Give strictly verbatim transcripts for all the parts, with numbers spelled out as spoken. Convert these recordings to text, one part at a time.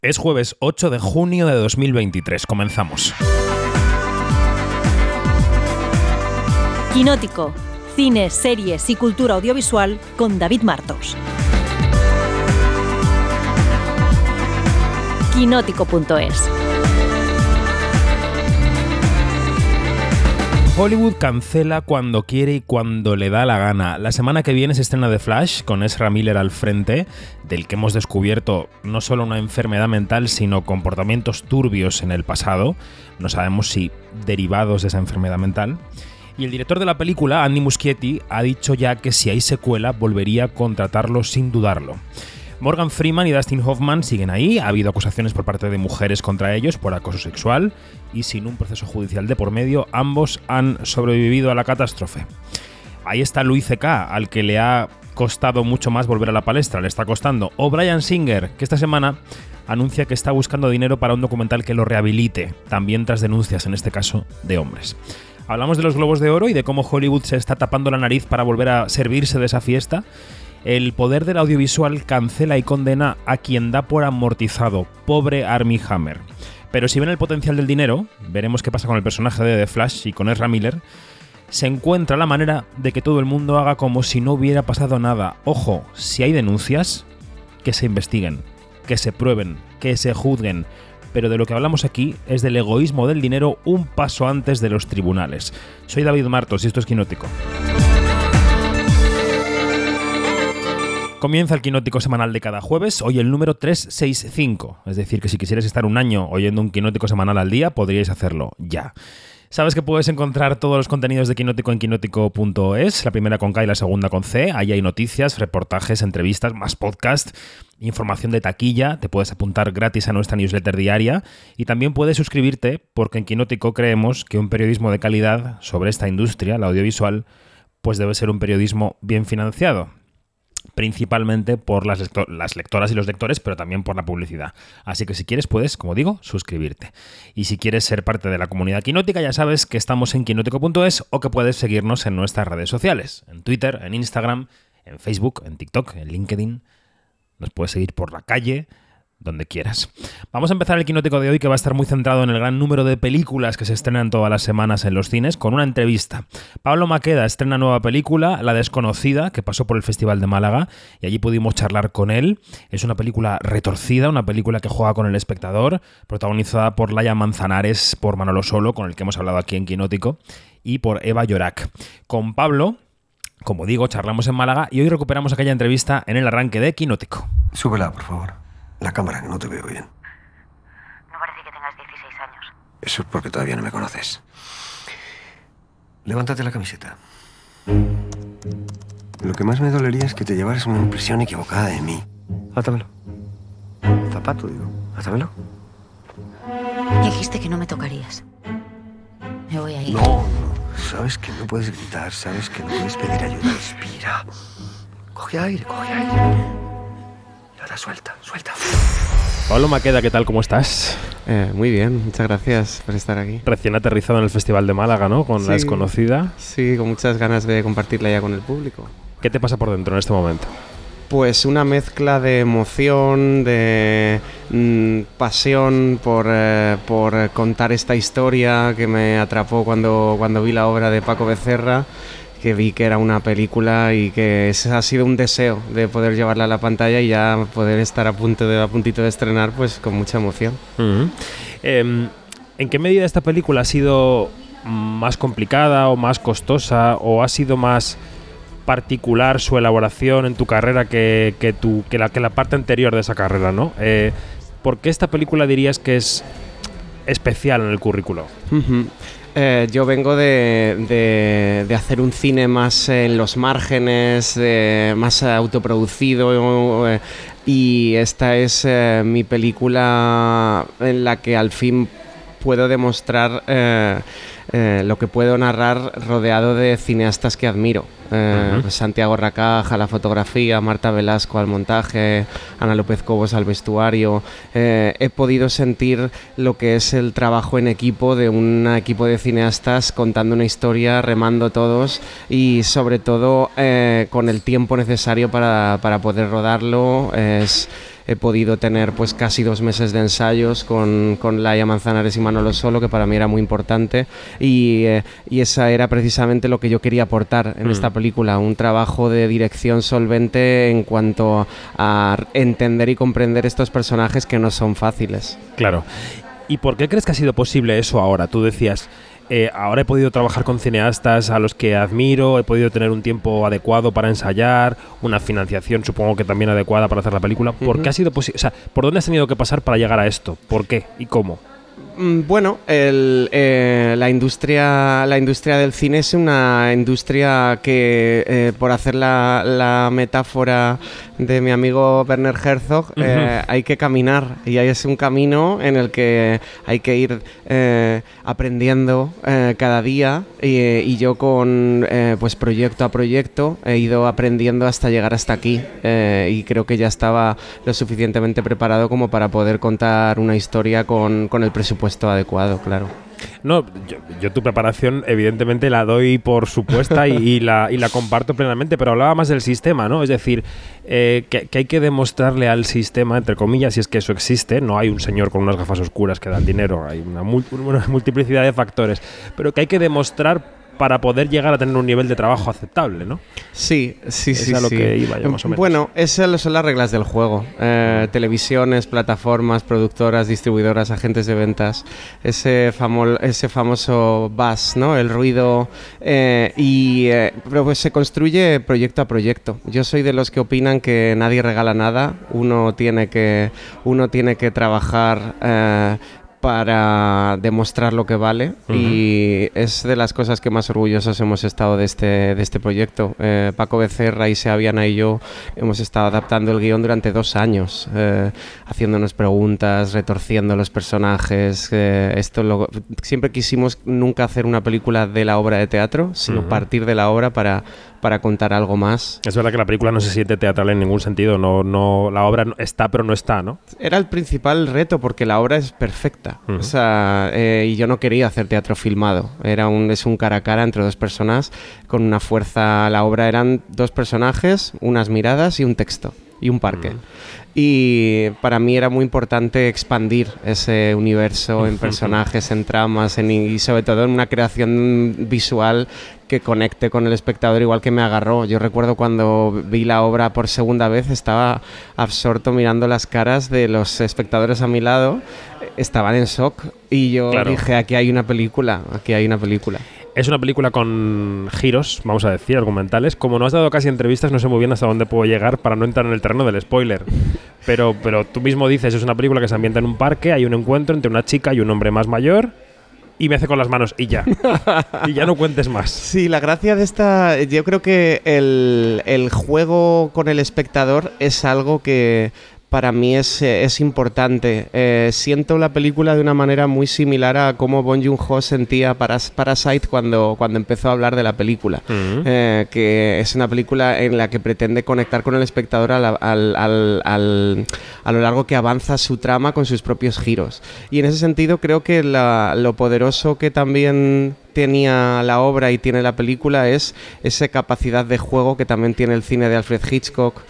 Es jueves ocho de junio de dos mil veintitrés. Comenzamos. Quinótico. Cine, series y cultura audiovisual con David Martos. Quinótico punto es. Hollywood cancela cuando quiere y cuando le da la gana. La semana que viene se estrena The Flash, con Ezra Miller al frente, del que hemos descubierto no solo una enfermedad mental, sino comportamientos turbios en el pasado. No sabemos si derivados de esa enfermedad mental. Y el director de la película, Andy Muschietti, ha dicho ya que si hay secuela volvería a contratarlo sin dudarlo. Morgan Freeman y Dustin Hoffman siguen ahí, ha habido acusaciones por parte de mujeres contra ellos por acoso sexual y sin un proceso judicial de por medio, ambos han sobrevivido a la catástrofe. Ahí está Louis C K, al que le ha costado mucho más volver a la palestra, le está costando. O Bryan Singer, que esta semana anuncia que está buscando dinero para un documental que lo rehabilite, también tras denuncias, en este caso, de hombres. Hablamos de los Globos de Oro y de cómo Hollywood se está tapando la nariz para volver a servirse de esa fiesta. El poder del audiovisual cancela y condena a quien da por amortizado, pobre Armie Hammer. Pero si ven el potencial del dinero, veremos qué pasa con el personaje de The Flash y con Ezra Miller, se encuentra la manera de que todo el mundo haga como si no hubiera pasado nada. Ojo, si hay denuncias, que se investiguen, que se prueben, que se juzguen. Pero de lo que hablamos aquí es del egoísmo del dinero un paso antes de los tribunales. Soy David Martos y esto es Quinótico. Comienza el Quinótico semanal de cada jueves, hoy el número trescientos sesenta y cinco. Es decir, que si quisierais estar un año oyendo un Quinótico semanal al día, podríais hacerlo ya. Sabes que puedes encontrar todos los contenidos de Quinótico en quinótico punto es, la primera con K y la segunda con C. Ahí hay noticias, reportajes, entrevistas, más podcast, información de taquilla. Te puedes apuntar gratis a nuestra newsletter diaria y también puedes suscribirte porque en Quinótico creemos que un periodismo de calidad sobre esta industria, la audiovisual, pues debe ser un periodismo bien financiado. Principalmente por las, lector- las lectoras y los lectores, pero también por la publicidad. Así que si quieres puedes, como digo, suscribirte. Y si quieres ser parte de la comunidad quinótica, ya sabes que estamos en quinótico punto es o que puedes seguirnos en nuestras redes sociales. En Twitter, en Instagram, en Facebook, en TikTok, en LinkedIn. Nos puedes seguir por la calle, donde quieras. Vamos a empezar el Quinótico de hoy, que va a estar muy centrado en el gran número de películas que se estrenan todas las semanas en los cines, con una entrevista. Pablo Maqueda estrena nueva película, La Desconocida, que pasó por el Festival de Málaga, y allí pudimos charlar con él. Es una película retorcida, una película que juega con el espectador, protagonizada por Laia Manzanares, por Manolo Solo, con el que hemos hablado aquí en Quinótico, y por Eva Llorac. Con Pablo, como digo, charlamos en Málaga, y hoy recuperamos aquella entrevista en el arranque de Quinótico. Súbela, por favor. La cámara, que no te veo bien. No parece que tengas dieciséis años. Eso es porque todavía no me conoces. Levántate la camiseta. Lo que más me dolería es que te llevaras una impresión equivocada de mí. Átamelo. Zapato, digo. Átamelo. Dijiste que no me tocarías. Me voy a ir. No, no. Sabes que no puedes gritar, sabes que no puedes pedir ayuda. Respira. Coge aire, coge aire. Y ahora suelta, suelta. Pablo Maqueda, ¿qué tal? ¿Cómo estás? Eh, muy bien, muchas gracias por estar aquí. Recién aterrizado en el Festival de Málaga, ¿no? Con Sí. La Desconocida. Sí, con muchas ganas de compartirla ya con el público. ¿Qué te pasa por dentro en este momento? Pues una mezcla de emoción, de mmm, pasión por, eh, por contar esta historia que me atrapó cuando, cuando vi la obra de Paco Becerra, que vi que era una película y que ese ha sido un deseo de poder llevarla a la pantalla y ya poder estar a punto de a puntito de estrenar, pues con mucha emoción. Uh-huh. Eh, ¿En qué medida esta película ha sido más complicada o más costosa o ha sido más particular su elaboración en tu carrera que, que, tu, que, la, que la parte anterior de esa carrera, ¿no? Eh, ¿Por qué esta película dirías que es especial en el currículo? Uh-huh. Eh, yo vengo de, de, de hacer un cine más en los márgenes, de, más autoproducido, eh, y esta es eh, mi película en la que al fin puedo demostrar eh, eh, lo que puedo narrar rodeado de cineastas que admiro. Eh, uh-huh. pues Santiago Racaj a la fotografía, Marta Velasco al montaje, Ana López Cobos al vestuario. Eh, he podido sentir lo que es el trabajo en equipo de un equipo de cineastas contando una historia, remando todos y sobre todo eh, con el tiempo necesario para, para poder rodarlo. Es he podido tener pues casi dos meses de ensayos con, con Laia Manzanares y Manolo Solo, que para mí era muy importante, y, eh, y esa era precisamente lo que yo quería aportar en mm. esta película, un trabajo de dirección solvente en cuanto a entender y comprender estos personajes que no son fáciles. Claro. ¿Y por qué crees que ha sido posible eso ahora? Tú decías, eh, ahora he podido trabajar con cineastas a los que admiro, he podido tener un tiempo adecuado para ensayar, una financiación supongo que también adecuada para hacer la película. ¿Por uh-huh. qué ha sido posible? O sea, ¿por dónde has tenido que pasar para llegar a esto? ¿Por qué y cómo? Bueno, el, eh, la industria la industria del cine es una industria que, eh, por hacer la, la metáfora de mi amigo Werner Herzog, uh-huh. eh, hay que caminar, y ahí es un camino en el que hay que ir eh, aprendiendo eh, cada día, y, y yo con eh, pues proyecto a proyecto he ido aprendiendo hasta llegar hasta aquí, eh, y creo que ya estaba lo suficientemente preparado como para poder contar una historia con, con el presupuesto adecuado, claro. No, yo, yo tu preparación evidentemente la doy por supuesta y, y, la, y la comparto plenamente, pero hablaba más del sistema, ¿no? Es decir, eh, que, que hay que demostrarle al sistema, entre comillas, si es que eso existe, no hay un señor con unas gafas oscuras que da el dinero, hay una, mul- una multiplicidad de factores, pero que hay que demostrar para poder llegar a tener un nivel de trabajo aceptable, ¿no? Sí, sí, sí. Es a lo sí. que iba yo, más o menos. Bueno, esas son las reglas del juego. Eh, televisiones, plataformas, productoras, distribuidoras, agentes de ventas, ese, famo- ese famoso buzz, ¿no? El ruido. Eh, y eh, pero pues se construye proyecto a proyecto. Yo soy de los que opinan que nadie regala nada. Uno tiene que, uno tiene que trabajar Eh, para demostrar lo que vale, uh-huh. y es de las cosas que más orgullosos hemos estado de este, de este proyecto. Eh, Paco Becerra, Isea Viana y yo hemos estado adaptando el guión durante dos años, eh, haciéndonos preguntas, retorciendo los personajes. Eh, esto lo, siempre quisimos nunca hacer una película de la obra de teatro, sino uh-huh. partir de la obra para, para contar algo más. Es verdad que la película no se siente teatral en ningún sentido, no, no, la obra está pero no está, ¿no? Era el principal reto porque la obra es perfecta. Uh-huh. O sea, eh, y yo no quería hacer teatro filmado. Era un, es un cara a cara entre dos personas con una fuerza. La obra eran dos personajes, unas miradas y un texto y un parque. Uh-huh. Y para mí era muy importante expandir ese universo en personajes, en tramas, en, y sobre todo en una creación visual que conecte con el espectador, igual que me agarró. Yo recuerdo cuando vi la obra por segunda vez, estaba absorto mirando las caras de los espectadores a mi lado, estaban en shock, y yo claro. dije, aquí hay una película, aquí hay una película. Es una película con giros, vamos a decir, argumentales. Como no has dado casi entrevistas, no sé muy bien hasta dónde puedo llegar para no entrar en el terreno del spoiler. Pero, pero tú mismo dices, es una película que se ambienta en un parque, hay un encuentro entre una chica y un hombre más mayor, y me hace con las manos y ya. Y ya no cuentes más. Sí, la gracia de esta... Yo creo que el, el juego con el espectador es algo que para mí es, es importante. Eh, siento la película de una manera muy similar a cómo Bong Joon-ho sentía Paras- Parasite cuando, cuando empezó a hablar de la película. Uh-huh. Eh, que es una película en la que pretende conectar con el espectador al, al, al, al, a lo largo que avanza su trama con sus propios giros. Y en ese sentido creo que la, lo poderoso que también tenía la obra y tiene la película es esa capacidad de juego que también tiene el cine de Alfred Hitchcock,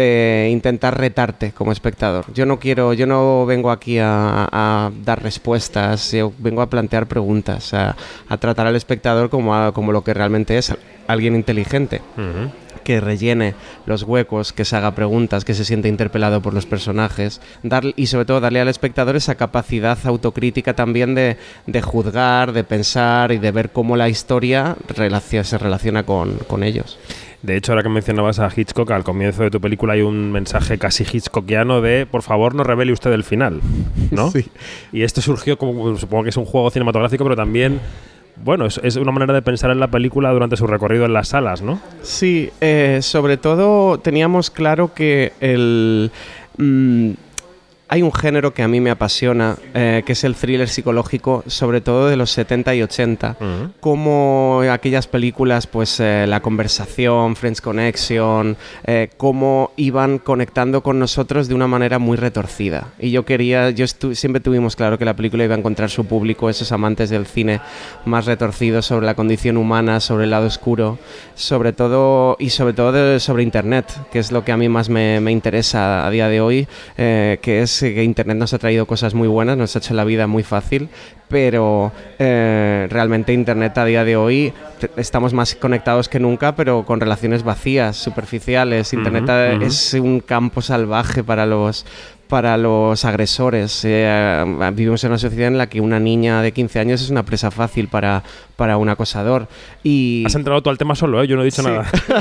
de intentar retarte como espectador. Yo no quiero, yo no vengo aquí a, a dar respuestas, yo vengo a plantear preguntas, a, a tratar al espectador como, a, como lo que realmente es, alguien inteligente. Uh-huh. Que rellene los huecos, que se haga preguntas, que se siente interpelado por los personajes, dar, y sobre todo darle al espectador esa capacidad autocrítica también de, de juzgar, de pensar y de ver cómo la historia relaciona, se relaciona con, con ellos. De hecho, ahora que mencionabas a Hitchcock, al comienzo de tu película hay un mensaje casi hitchcockiano de por favor no revele usted el final, ¿no? Sí. Y esto surgió como, supongo que es un juego cinematográfico, pero también... Bueno, es, es una manera de pensar en la película durante su recorrido en las salas, ¿no? Sí, eh, sobre todo teníamos claro que el... Mmm, hay un género que a mí me apasiona, eh, que es el thriller psicológico, sobre todo de los setenta y ochenta, uh-huh. como aquellas películas, pues eh, La Conversación, Friends Connection, eh, cómo iban conectando con nosotros de una manera muy retorcida. Y yo quería, yo estu- siempre tuvimos claro que la película iba a encontrar su público, esos amantes del cine más retorcidos sobre la condición humana, sobre el lado oscuro, sobre todo y sobre todo de, sobre Internet, que es lo que a mí más me, me interesa a día de hoy, eh, que es que Internet nos ha traído cosas muy buenas, nos ha hecho la vida muy fácil, pero eh, realmente Internet a día de hoy t- estamos más conectados que nunca, pero con relaciones vacías, superficiales. Internet uh-huh, uh-huh. es un campo salvaje para los para los agresores. Eh, vivimos en una sociedad en la que una niña de quince años es una presa fácil para, para un acosador. Y... Has entrado tú al tema solo, ¿eh? Yo no he dicho sí. nada.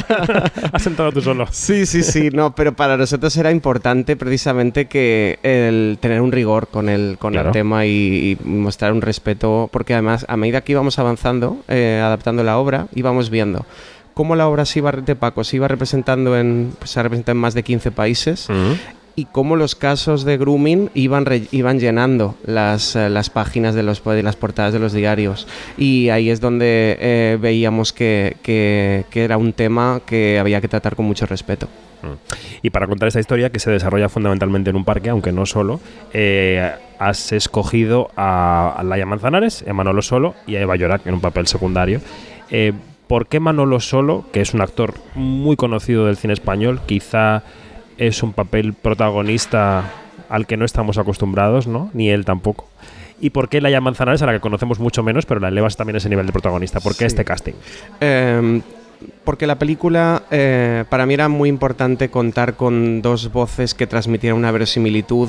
Has entrado tú solo. Sí, sí, sí. No, pero para nosotros era importante precisamente que el tener un rigor con el, con claro. el tema y, y mostrar un respeto, porque además a medida que íbamos avanzando, eh, adaptando la obra, íbamos viendo cómo la obra se iba, de Paco se iba representando en, pues, se representa en más de quince países. Uh-huh. Y cómo los casos de grooming iban, re, iban llenando las, eh, las páginas de, los, de las portadas de los diarios. Y ahí es donde eh, veíamos que, que, que era un tema que había que tratar con mucho respeto. Y para contar esta historia, que se desarrolla fundamentalmente en un parque, aunque no solo, eh, has escogido a, a Laia Manzanares, a Manolo Solo y a Eva Llorac en un papel secundario. Eh, ¿Por qué Manolo Solo, que es un actor muy conocido del cine español, quizá es un papel protagonista al que no estamos acostumbrados, ¿no? Ni él tampoco? ¿Y por qué Laia Manzanares, a la que conocemos mucho menos, pero la elevas también a ese nivel de protagonista? ¿Por qué sí. este casting? Eh, porque la película, eh, para mí era muy importante contar con dos voces que transmitieran una verosimilitud,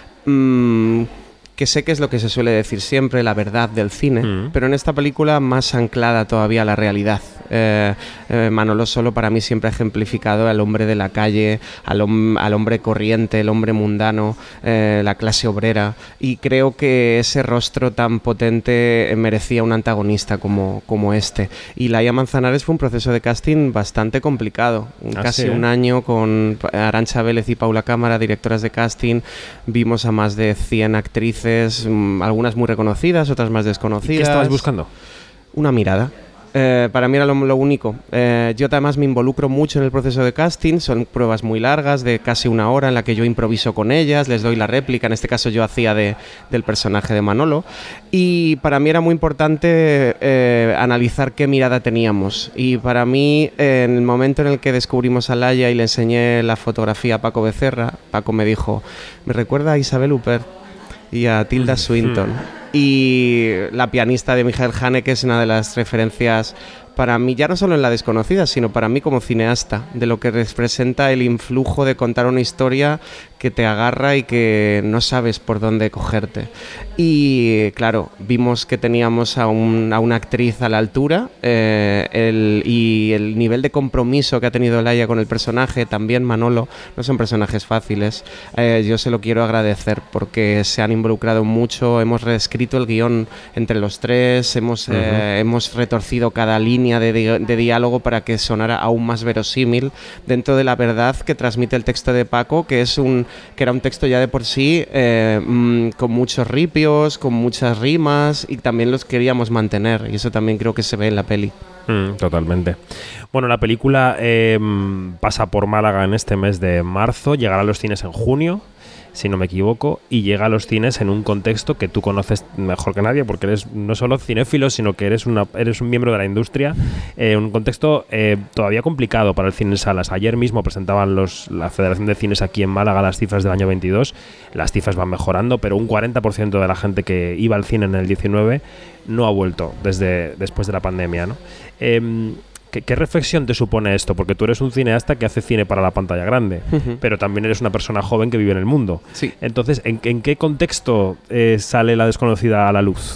mmm, que sé que es lo que se suele decir siempre, la verdad del cine, mm. pero en esta película más anclada todavía a la realidad. Eh, eh, Manolo Solo para mí siempre ha ejemplificado al hombre de la calle, al, hom- al hombre corriente, el hombre mundano, eh, la clase obrera, y creo que ese rostro tan potente merecía un antagonista como, como este. Y Laia Manzanares fue un proceso de casting bastante complicado, ah, casi sí, ¿eh? un año con Arantxa Vélez y Paula Cámara, directoras de casting. Vimos a más de cien actrices, algunas muy reconocidas, otras más desconocidas. ¿Y qué estabas buscando? Una mirada. Eh, para mí era lo, lo único. Eh, yo además me involucro mucho en el proceso de casting, son pruebas muy largas de casi una hora en la que yo improviso con ellas, les doy la réplica, en este caso yo hacía de, del personaje de Manolo, y para mí era muy importante eh, analizar qué mirada teníamos, y para mí eh, en el momento en el que descubrimos a Laia y le enseñé la fotografía a Paco Becerra, Paco me dijo, me recuerda a Isabel Huppert y a Tilda Swinton. Y la pianista de Michael Haneke es una de las referencias para mí, ya no solo en La Desconocida, sino para mí como cineasta, de lo que representa el influjo de contar una historia que te agarra y que no sabes por dónde cogerte. Y claro, vimos que teníamos a, un, a una actriz a la altura, eh, el, y el nivel de compromiso que ha tenido Laia con el personaje, también Manolo, no son personajes fáciles. Eh, yo se lo quiero agradecer porque se han involucrado mucho, hemos reescrito el guión entre los tres, hemos, uh-huh. eh, hemos retorcido cada línea De, di- de diálogo para que sonara aún más verosímil dentro de la verdad que transmite el texto de Paco, que es un que era un texto ya de por sí eh, mmm, con muchos ripios, con muchas rimas, y también los queríamos mantener, y eso también creo que se ve en la peli. Mm, totalmente. Bueno, la película eh, pasa por Málaga en este mes de marzo, llegará a los cines en junio, si no me equivoco, y llega a los cines en un contexto que tú conoces mejor que nadie, porque eres no solo cinéfilo, sino que eres, una, eres un miembro de la industria, eh, un contexto eh, todavía complicado para el cine en salas. Ayer mismo presentaban los, la Federación de Cines aquí en Málaga las cifras del año veintidós, las cifras van mejorando, pero un cuarenta por ciento de la gente que iba al cine en el diecinueve no ha vuelto desde después de la pandemia, ¿no? Eh, ¿Qué, ¿Qué reflexión te supone esto? Porque tú eres un cineasta que hace cine para la pantalla grande, uh-huh. pero también eres una persona joven que vive en el mundo. Sí. Entonces, ¿en, en qué contexto eh, sale La Desconocida a la luz?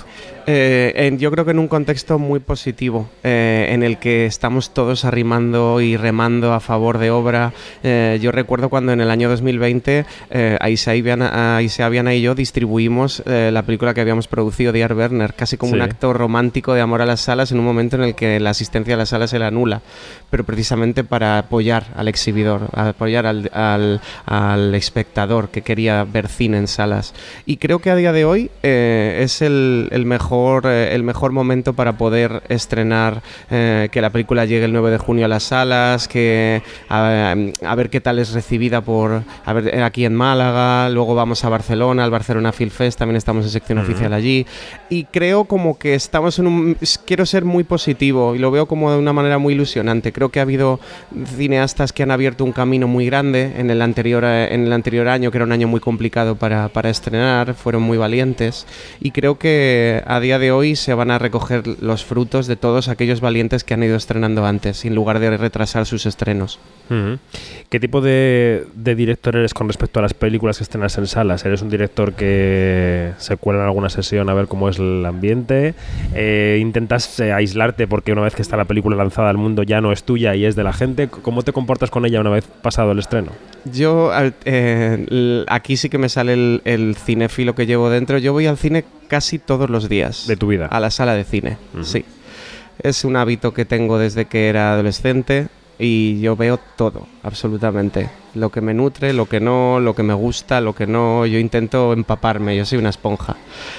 Eh, en, yo creo que en un contexto muy positivo, eh, en el que estamos todos arrimando y remando a favor de obra. Eh, yo recuerdo cuando en el año dos mil veinte eh, Aisea Viana y yo distribuimos eh, la película que habíamos producido, Dear Werner, casi como sí. un acto romántico de amor a las salas en un momento en el que la asistencia a las salas era nula, pero precisamente para apoyar al exhibidor, apoyar al, al, al espectador que quería ver cine en salas. Y creo que a día de hoy eh, es el, el mejor el mejor momento para poder estrenar, eh, que la película llegue el nueve de junio a las salas, que a, a ver qué tal es recibida por a ver aquí en Málaga, luego vamos a Barcelona, al Barcelona Film Fest, también estamos en sección uh-huh. oficial allí, y creo como que estamos en un... quiero ser muy positivo y lo veo como de una manera muy ilusionante. Creo que ha habido cineastas que han abierto un camino muy grande en el anterior, en el anterior año, que era un año muy complicado para, para estrenar, fueron muy valientes, y creo que a día de hoy se van a recoger los frutos de todos aquellos valientes que han ido estrenando antes, en lugar de retrasar sus estrenos. Uh-huh. ¿Qué tipo de, de director eres con respecto a las películas que estrenas en salas? ¿Eres un director que se cuela en alguna sesión a ver cómo es el ambiente? Eh, ¿Intentas eh, aislarte porque una vez que está la película lanzada al mundo ya no es tuya y es de la gente? ¿Cómo te comportas con ella una vez pasado el estreno? Yo, eh, aquí sí que me sale el, el cinéfilo que llevo dentro. Yo voy al cine casi todos los días. ¿De tu vida? A la sala de cine, uh-huh. sí. Es un hábito que tengo desde que era adolescente y yo veo todo, absolutamente. Lo que me nutre, lo que no, lo que me gusta, lo que no. Yo intento empaparme, yo soy una esponja.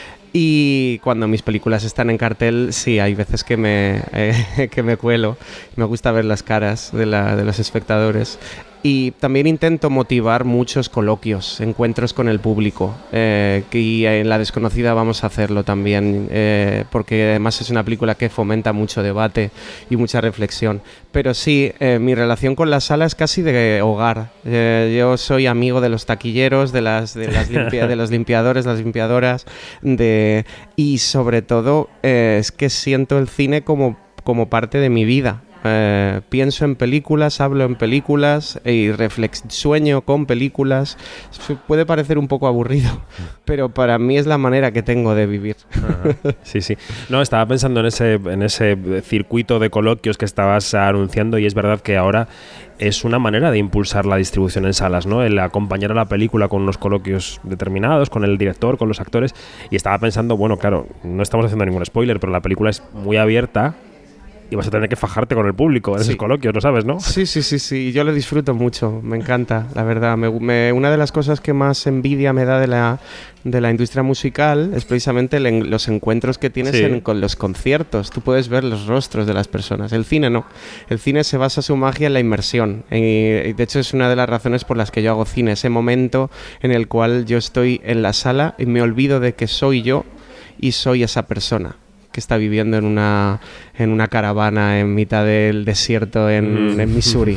Y cuando mis películas están en cartel, sí, hay veces que me, eh, que me cuelo. Me gusta ver las caras de, la, de los espectadores. Y también intento motivar muchos coloquios, encuentros con el público, eh, y en La Desconocida vamos a hacerlo también, eh, porque además es una película que fomenta mucho debate y mucha reflexión. Pero sí, eh, mi relación con la sala es casi de hogar. Eh, yo soy amigo de los taquilleros, de, las, de, las limpia, de los limpiadores, las limpiadoras, de, y sobre todo eh, es que siento el cine como, como parte de mi vida. Eh, pienso en películas, hablo en películas y reflex- sueño con películas. Puede parecer un poco aburrido, pero para mí es la manera que tengo de vivir. Ajá. Sí, sí. No, estaba pensando en ese, en ese circuito de coloquios que estabas anunciando, y es verdad que ahora es una manera de impulsar la distribución en salas, ¿no? El acompañar a la película con unos coloquios determinados, con el director, con los actores. Y estaba pensando, bueno, claro, no estamos haciendo ningún spoiler, pero la película es muy abierta y vas a tener que fajarte con el público en sí. esos coloquios, ¿lo sabes, no? Sí, sí, sí, sí. Yo lo disfruto mucho, me encanta, la verdad. Me, me, una de las cosas que más envidia me da de la, de la industria musical es precisamente el, los encuentros que tienes sí. en, con los conciertos. Tú puedes ver los rostros de las personas. El cine no. El cine se basa su magia en la inmersión. Y, y de hecho es una de las razones por las que yo hago cine. Ese momento en el cual yo estoy en la sala y me olvido de que soy yo y soy esa persona que está viviendo en una, en una caravana en mitad del desierto en, mm. en Missouri.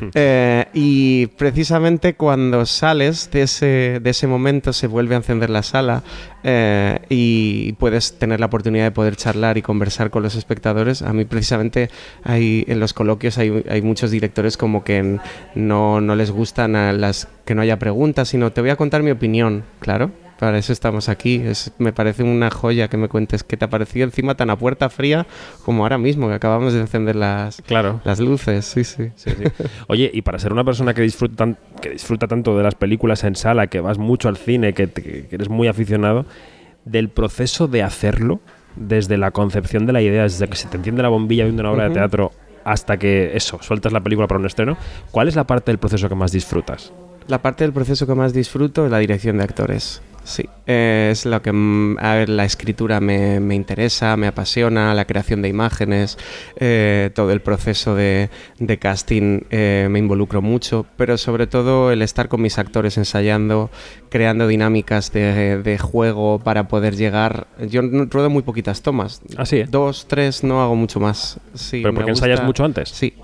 eh, y precisamente cuando sales de ese, de ese momento se vuelve a encender la sala eh, y puedes tener la oportunidad de poder charlar y conversar con los espectadores. A mí precisamente hay, en los coloquios hay, hay muchos directores como que no, no les gustan a las, que no haya preguntas, sino te voy a contar mi opinión, claro. Para eso estamos aquí. Es, me parece una joya que me cuentes qué te ha parecido encima tan a puerta fría como ahora mismo, que acabamos de encender las, claro. las luces. Sí, sí. Sí, sí. Oye, y para ser una persona que disfruta, tan, que disfruta tanto de las películas en sala, que vas mucho al cine, que, te, que eres muy aficionado, del proceso de hacerlo, desde la concepción de la idea, desde que se te enciende la bombilla viendo una obra uh-huh. de teatro hasta que eso, sueltas la película para un estreno, ¿cuál es la parte del proceso que más disfrutas? La parte del proceso que más disfruto es la dirección de actores. Sí, eh, es lo que a ver, la escritura me, me interesa, me apasiona, la creación de imágenes, eh, todo el proceso de, de casting eh, me involucro mucho, pero sobre todo el estar con mis actores ensayando, creando dinámicas de, de juego para poder llegar. Yo ruedo muy poquitas tomas, ¿Ah, sí? dos, tres, no hago mucho más. Sí, ¿Pero porque ensayas mucho antes? Sí.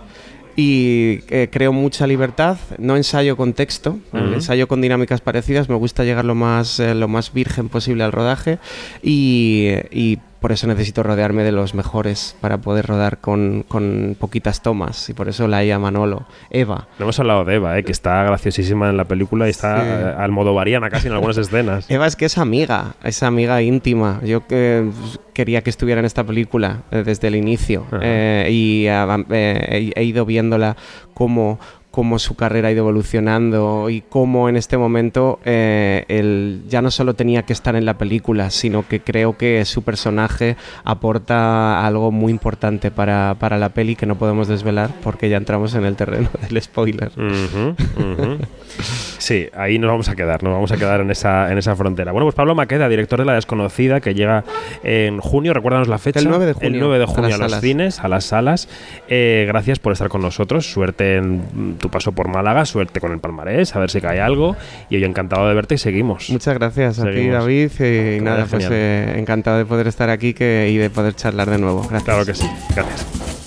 Y eh, creo mucha libertad, no ensayo con texto, uh-huh. ensayo con dinámicas parecidas, me gusta llegar lo más, eh, lo más virgen posible al rodaje y, y por eso necesito rodearme de los mejores para poder rodar con, con poquitas tomas, y por eso la ella Manolo, Eva. No hemos hablado de Eva, ¿eh? Que está graciosísima en la película y está sí. eh, al modo Variana casi en algunas escenas. Eva es que es amiga, es amiga íntima. Yo que quería que estuviera en esta película eh, desde el inicio eh, y eh, he, he ido viéndola como... cómo su carrera ha ido evolucionando y cómo en este momento eh, él ya no solo tenía que estar en la película, sino que creo que su personaje aporta algo muy importante para, para la peli que no podemos desvelar porque ya entramos en el terreno del spoiler. Uh-huh, uh-huh. Sí, ahí nos vamos a quedar, nos vamos a quedar en esa, en esa frontera. Bueno, pues Pablo Maqueda, director de La Desconocida, que llega en junio, recuérdanos la fecha. El nueve de junio. El nueve de junio a, a los salas. cines, a las salas. Eh, gracias por estar con nosotros, suerte en tu paso por Málaga, suerte con el palmarés, a ver si cae algo. Y hoy encantado de verte y seguimos. Muchas gracias a seguimos. ti, David. Y, y nada, pues eh, encantado de poder estar aquí que, y de poder charlar de nuevo. Gracias. Claro que sí, gracias.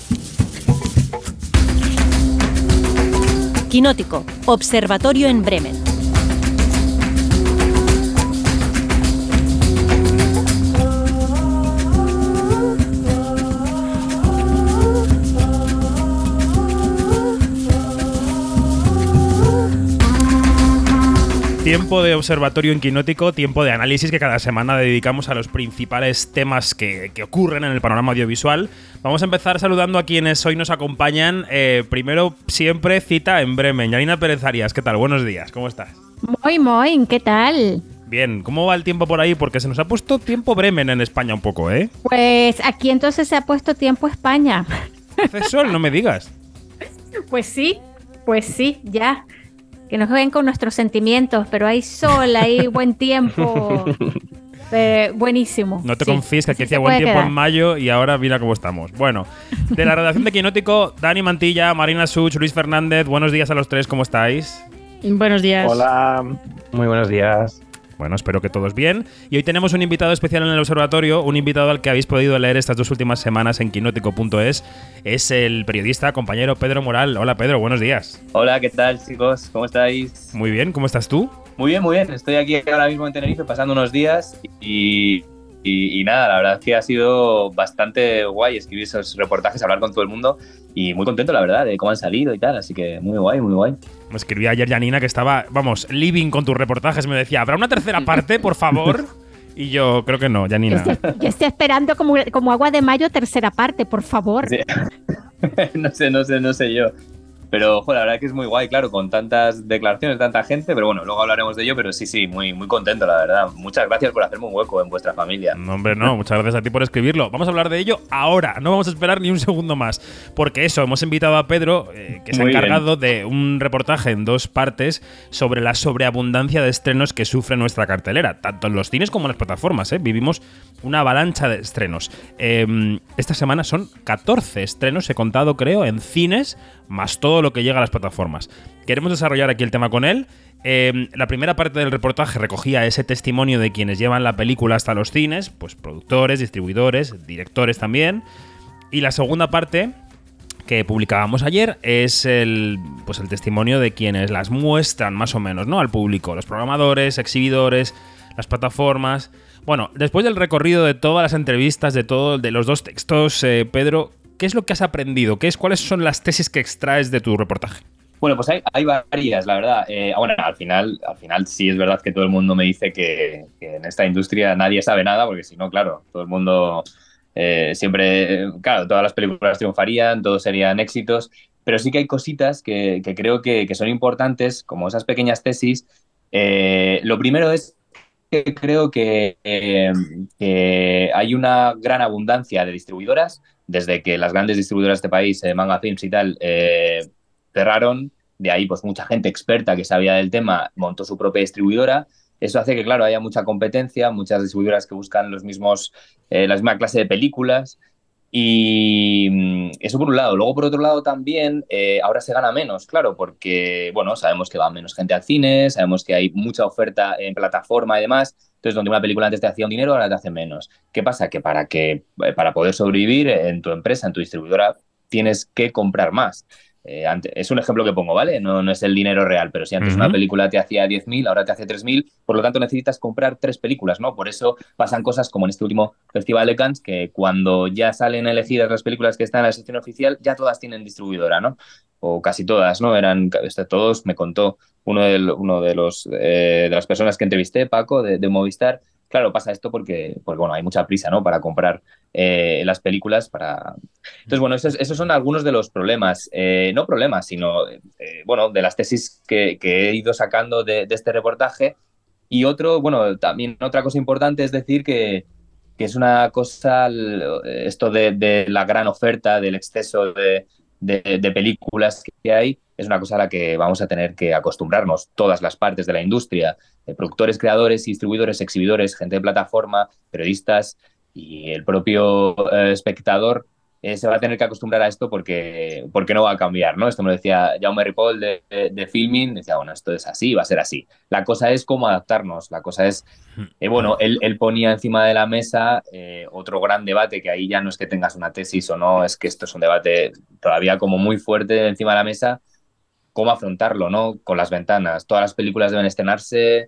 Quinótico, Observatorio en Bremen. Tiempo de observatorio en Quinótico, tiempo de análisis que cada semana dedicamos a los principales temas que, que ocurren en el panorama audiovisual. Vamos a empezar saludando a quienes hoy nos acompañan. Eh, primero, siempre, cita en Bremen. Yanina Pérez Arias, ¿qué tal? Buenos días, ¿cómo estás? Muy, muy, ¿qué tal? Bien, ¿cómo va el tiempo por ahí? Porque se nos ha puesto tiempo Bremen en España un poco, ¿eh? Pues aquí entonces se ha puesto tiempo España. ¿Hace sol? No me digas. Pues sí, pues sí, ya. Que nos ven con nuestros sentimientos, pero hay sol, hay buen tiempo. Eh, buenísimo. No te sí, confíes que aquí sí hacía buen tiempo quedar. en mayo y ahora mira cómo estamos. Bueno, de la redacción de Quinótico, Dani Mantilla, Marina Such, Luis Fernández, buenos días a los tres, ¿cómo estáis? Buenos días. Hola, muy buenos días. Bueno, espero que todos bien. Y hoy tenemos un invitado especial en el observatorio, un invitado al que habéis podido leer estas dos últimas semanas en quinótico punto es. Es el periodista, compañero Pedro Moral. Hola Pedro, buenos días. Hola, ¿qué tal chicos? ¿Cómo estáis? Muy bien, ¿cómo estás tú? Muy bien, muy bien. Estoy aquí ahora mismo en Tenerife pasando unos días y, y, y nada, la verdad es que ha sido bastante guay escribir esos reportajes, hablar con todo el mundo y muy contento, la verdad, de cómo han salido y tal, así que muy guay, muy guay. Me escribía ayer Yanina que estaba, vamos, living con tus reportajes, me decía, ¿habrá una tercera parte, por favor? Y yo creo que no, Yanina. Yo estoy, yo estoy esperando como, como agua de mayo tercera parte, por favor. Sí. no sé, no sé, no sé yo. Pero, ojo, la verdad que es muy guay, claro, con tantas declaraciones, tanta gente, pero bueno, luego hablaremos de ello, pero sí, sí, muy, muy contento, la verdad. Muchas gracias por hacerme un hueco en vuestra familia. No, hombre, no, muchas gracias a ti por escribirlo. Vamos a hablar de ello ahora, no vamos a esperar ni un segundo más, porque eso, hemos invitado a Pedro, eh, que se ha encargado de un reportaje en dos partes sobre la sobreabundancia de estrenos que sufre nuestra cartelera, tanto en los cines como en las plataformas, ¿eh? Vivimos una avalancha de estrenos. Eh, esta semana son catorce estrenos, he contado, creo, en cines, más todo lo que llega a las plataformas. Queremos desarrollar aquí el tema con él. Eh, la primera parte del reportaje recogía ese testimonio de quienes llevan la película hasta los cines, pues productores, distribuidores, directores también. Y la segunda parte, que publicábamos ayer, es el, pues el testimonio de quienes las muestran más o menos, ¿no?, al público, los programadores, exhibidores, las plataformas. Bueno, después del recorrido de todas las entrevistas, de todo, de los dos textos, eh, Pedro, ¿qué es lo que has aprendido? ¿Qué es, ¿Cuáles son las tesis que extraes de tu reportaje? Bueno, pues hay, hay varias, la verdad. Eh, bueno, al final, al final sí es verdad que todo el mundo me dice que, que en esta industria nadie sabe nada, porque si no, claro, todo el mundo eh, siempre, claro, todas las películas triunfarían, todos serían éxitos, pero sí que hay cositas que, que creo que, que son importantes, como esas pequeñas tesis. Eh, lo primero es que creo que, eh, que hay una gran abundancia de distribuidoras. Desde que las grandes distribuidoras de este país, eh, Manga Films y tal, eh, cerraron, de ahí pues mucha gente experta que sabía del tema montó su propia distribuidora. Eso hace que, claro, haya mucha competencia, muchas distribuidoras que buscan los mismos, eh, la misma clase de películas. Y eso por un lado. Luego, por otro lado, también eh, ahora se gana menos, claro, porque, bueno, sabemos que va menos gente al cine, sabemos que hay mucha oferta en plataforma y demás. Entonces, donde una película antes te hacía un dinero, ahora te hace menos. ¿Qué pasa? Que para, que para poder sobrevivir en tu empresa, en tu distribuidora, tienes que comprar más. Eh, ante- es un ejemplo que pongo, ¿vale? No, no es el dinero real, pero si antes Ujú. una película te hacía diez mil, ahora te hace tres mil, por lo tanto necesitas comprar tres películas, ¿no? Por eso pasan cosas como en este último Festival de Cannes, que cuando ya salen elegidas las películas que están en la sección oficial, ya todas tienen distribuidora, ¿no? O casi todas, ¿no? Eran este, todos, me contó uno de, uno de, los, eh, de las personas que entrevisté, Paco, de, de Movistar. Claro, pasa esto porque, porque, bueno, hay mucha prisa, ¿no? Para comprar eh, las películas, para... Entonces, bueno, esos, esos son algunos de los problemas. Eh, no problemas, sino, eh, bueno, de las tesis que, que he ido sacando de, de este reportaje. Y otro, bueno, también otra cosa importante es decir que, que es una cosa, esto de, de la gran oferta, del exceso de, de, de películas que hay, es una cosa a la que vamos a tener que acostumbrarnos todas las partes de la industria, eh, productores, creadores, distribuidores, exhibidores, gente de plataforma, periodistas y el propio eh, espectador. Eh, se va a tener que acostumbrar a esto porque, porque no va a cambiar, ¿no? Esto me lo decía Jaume Ripoll de, de, de Filmin, decía, bueno, esto es así, va a ser así. La cosa es cómo adaptarnos, la cosa es eh, bueno, él, él, ponía encima de la mesa eh, otro gran debate, que ahí ya no es que tengas una tesis o no, es que esto es un debate todavía como muy fuerte encima de la mesa, cómo afrontarlo, ¿no? Con las ventanas. Todas las películas deben estrenarse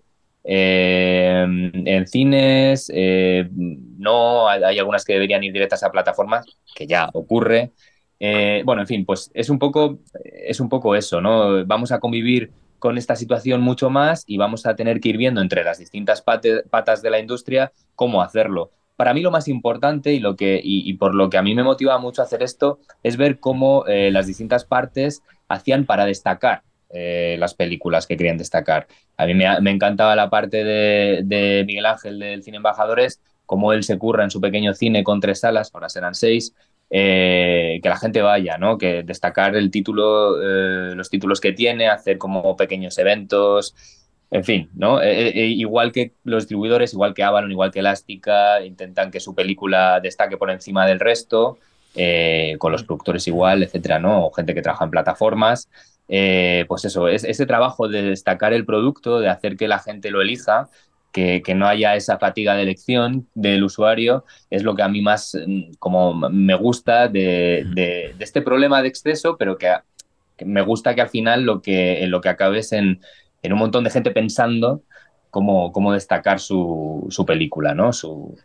eh, en cines, eh, no, hay, hay algunas que deberían ir directas a plataformas, que ya ocurre. Eh, bueno, en fin, pues es un poco, es un poco eso, ¿no? Vamos a convivir con esta situación mucho más y vamos a tener que ir viendo entre las distintas pate, patas de la industria cómo hacerlo. Para mí lo más importante y, lo que, y, y por lo que a mí me motiva mucho hacer esto es ver cómo eh, las distintas partes hacían para destacar eh, las películas que querían destacar. A mí me, me encantaba la parte de, de Miguel Ángel del Cine Embajadores, cómo él se curra en su pequeño cine con tres salas, ahora serán seis, eh, que la gente vaya, ¿no? Que destacar el título, eh, los títulos que tiene, hacer como pequeños eventos, en fin, ¿no? Eh, eh, igual que los distribuidores, igual que Avalon, igual que Elástica, intentan que su película destaque por encima del resto, eh, con los productores igual, etcétera, ¿no? O gente que trabaja en plataformas. Eh, pues eso, es, ese trabajo de destacar el producto, de hacer que la gente lo elija, que, que no haya esa fatiga de elección del usuario, es lo que a mí más mm, como me gusta de, de, de este problema de exceso, pero que, que me gusta que al final lo que, en lo que acabes en, en un montón de gente pensando cómo, cómo destacar su, su película, ¿no? Su,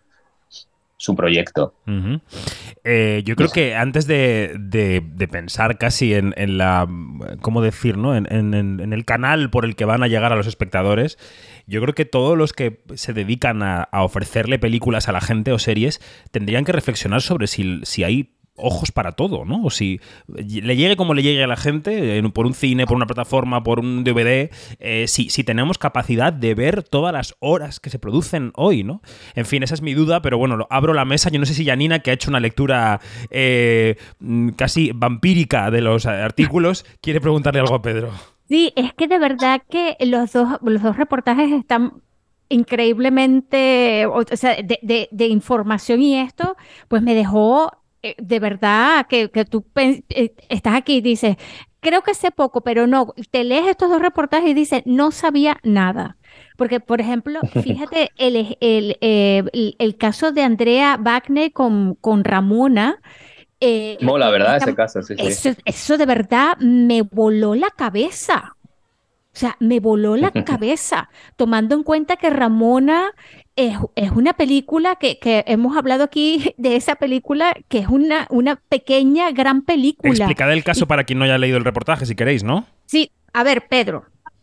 su proyecto. Uh-huh. Eh, yo creo que antes de, de, de pensar casi en, en la, ¿cómo decir, no? En, en, en el canal por el que van a llegar a los espectadores, yo creo que todos los que se dedican a, a ofrecerle películas a la gente o series tendrían que reflexionar sobre si, si hay ojos para todo, ¿no? O si le llegue como le llegue a la gente, por un cine, por una plataforma, por un D V D, eh, si, si tenemos capacidad de ver todas las horas que se producen hoy, ¿no? En fin, esa es mi duda, pero bueno, abro la mesa. Yo no sé si Janina, que ha hecho una lectura eh, casi vampírica de los artículos, quiere preguntarle algo a Pedro. Sí, es que de verdad que los dos, los dos reportajes están increíblemente, o sea, de, de, de información, y esto pues me dejó eh, de verdad que, que tú pen- eh, estás aquí y dices, creo que sé poco, pero no, te lees estos dos reportajes y dices, no sabía nada. Porque, por ejemplo, fíjate el, ej- el, eh, el, el caso de Andrea Wagner con, con Ramona. eh, Mola, eh, ¿verdad? esta- Ese caso, sí, sí. eso, eso de verdad me voló la cabeza. O sea, me voló la cabeza, tomando en cuenta que Ramona es, es una película que, que hemos hablado aquí de esa película, que es una, una pequeña, gran película. Explicad el caso Y para quien no haya leído el reportaje, si queréis, ¿no? sí, a ver, Pedro.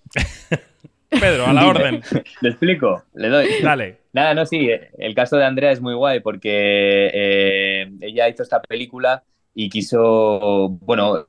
Pedro, a la Dime, orden. le explico, le doy. Dale. Nada, no, sí, el caso de Andrea es muy guay porque eh, ella hizo esta película y quiso, bueno,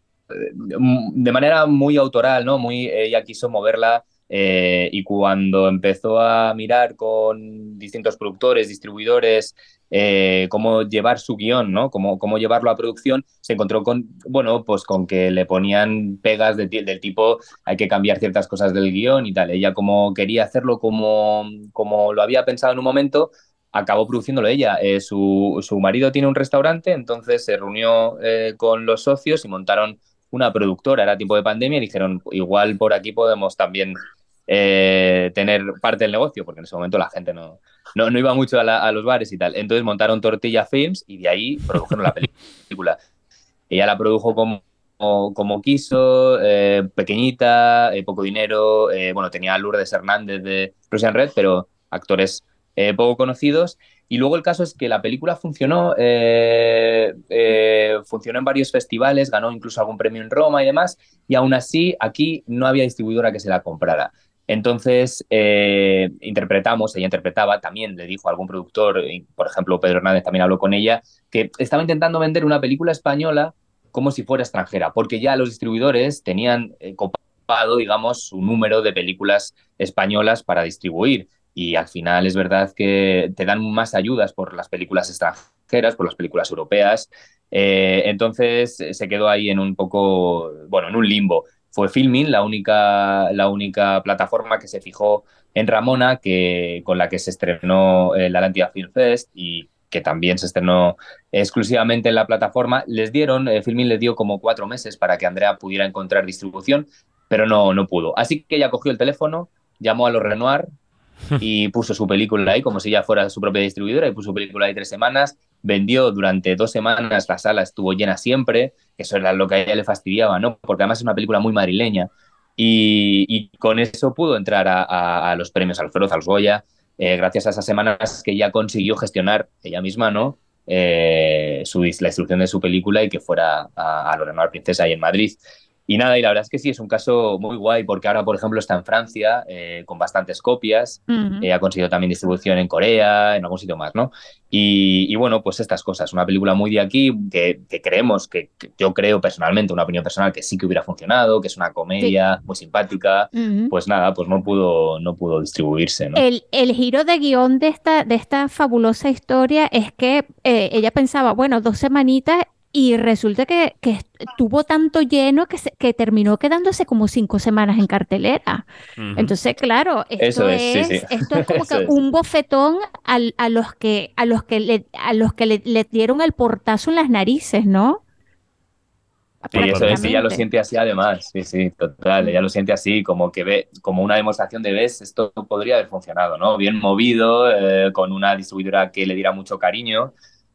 de manera muy autoral, ¿no? Muy, ella quiso moverla eh, y cuando empezó a mirar con distintos productores, distribuidores, eh, cómo llevar su guión, ¿no? Cómo, cómo llevarlo a producción, se encontró con, bueno, pues con que le ponían pegas de, del tipo hay que cambiar ciertas cosas del guión y tal. Ella como quería hacerlo como, como lo había pensado en un momento, acabó produciéndolo ella. Eh, su, su marido tiene un restaurante, entonces se reunió eh, con los socios y montaron una productora. Era tiempo de pandemia y dijeron, igual por aquí podemos también eh, tener parte del negocio, porque en ese momento la gente no, no, no iba mucho a, la, a los bares y tal. Entonces montaron Tortilla Films y de ahí produjeron la película. Ella la produjo como como quiso, eh, pequeñita, eh, poco dinero, eh, bueno, tenía a Lourdes Hernández de Russian Red, pero actores eh, poco conocidos. Y luego el caso es que la película funcionó, eh, eh, funcionó en varios festivales, ganó incluso algún premio en Roma y demás, y aún así aquí no había distribuidora que se la comprara. Entonces, eh, interpretamos, ella interpretaba, también le dijo a algún productor, por ejemplo, Pedro Hernández también habló con ella, que estaba intentando vender una película española como si fuera extranjera, porque ya los distribuidores tenían eh, copado, digamos, su número de películas españolas para distribuir. Y al final es verdad que te dan más ayudas por las películas extranjeras, por las películas europeas. Eh, entonces se quedó ahí en un poco, bueno, en un limbo. Fue Filmin la única, la única plataforma que se fijó en Ramona, que, con la que se estrenó el Atlántida Film Fest y que también se estrenó exclusivamente en la plataforma. Les dieron, eh, Filmin les dio como cuatro meses para que Andrea pudiera encontrar distribución, pero no, no pudo. Así que ella cogió el teléfono, llamó a los Renoir y puso su película ahí como si ya fuera su propia distribuidora y puso su película ahí tres semanas, vendió durante dos semanas, la sala estuvo llena siempre, que eso era lo que a ella le fastidiaba, ¿no? Porque además es una película muy madrileña y, y con eso pudo entrar a, a, a los premios Alfredo, al Goya, eh, gracias a esas semanas que ella consiguió gestionar ella misma, ¿no? Eh, su, la distribución de su película y que fuera a, a Lorena Princesa ahí en Madrid. Y nada, y la verdad es que sí, es un caso muy guay porque ahora, por ejemplo, está en Francia eh, con bastantes copias, Uh-huh. eh, ha conseguido también distribución en Corea, en algún sitio más, ¿no? Y, y bueno, pues estas cosas, una película muy de aquí que, que creemos, que, que yo creo personalmente, una opinión personal, que sí que hubiera funcionado, que es una comedia sí. muy simpática, Uh-huh. pues nada, pues no pudo, no pudo distribuirse, ¿no? El, el giro de guión de esta, de esta fabulosa historia es que eh, ella pensaba, bueno, dos semanitas. Y resulta que, que estuvo tanto lleno que, se, que terminó quedándose como cinco semanas en cartelera. Uh-huh. Entonces, claro, esto es, es, sí, sí. esto es como Eso que es. un bofetón al, a los que, a los que, le, a los que le, le dieron el portazo en las narices, ¿no? Sí, eso es, ella lo siente así además, sí, sí, total, ella lo siente así, como que ve, como una demostración de ves, esto podría haber funcionado, ¿no? Bien movido, eh, con una distribuidora que le diera mucho cariño,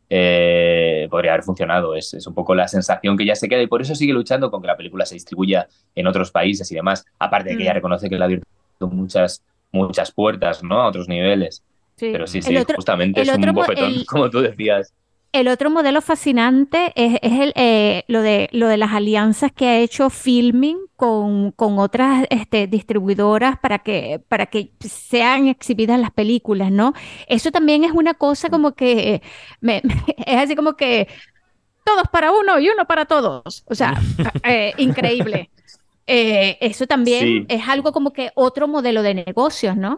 eh, podría haber funcionado, es, es un poco la sensación que ella se queda y por eso sigue luchando con que la película se distribuya en otros países y demás, aparte de que ella reconoce que le ha abierto muchas, muchas puertas, ¿no? A otros niveles, sí. Pero sí, sí, otro, justamente es un bofetón, el... como tú decías. El otro modelo fascinante es, es el, eh, lo, de, lo de las alianzas que ha hecho Filmin con, con otras este, distribuidoras para que, para que sean exhibidas las películas, ¿no? Eso también es una cosa como que, me, me, es así como que todos para uno y uno para todos. O sea, eh, increíble. Eh, eso también sí. Es algo como que otro modelo de negocios, ¿no?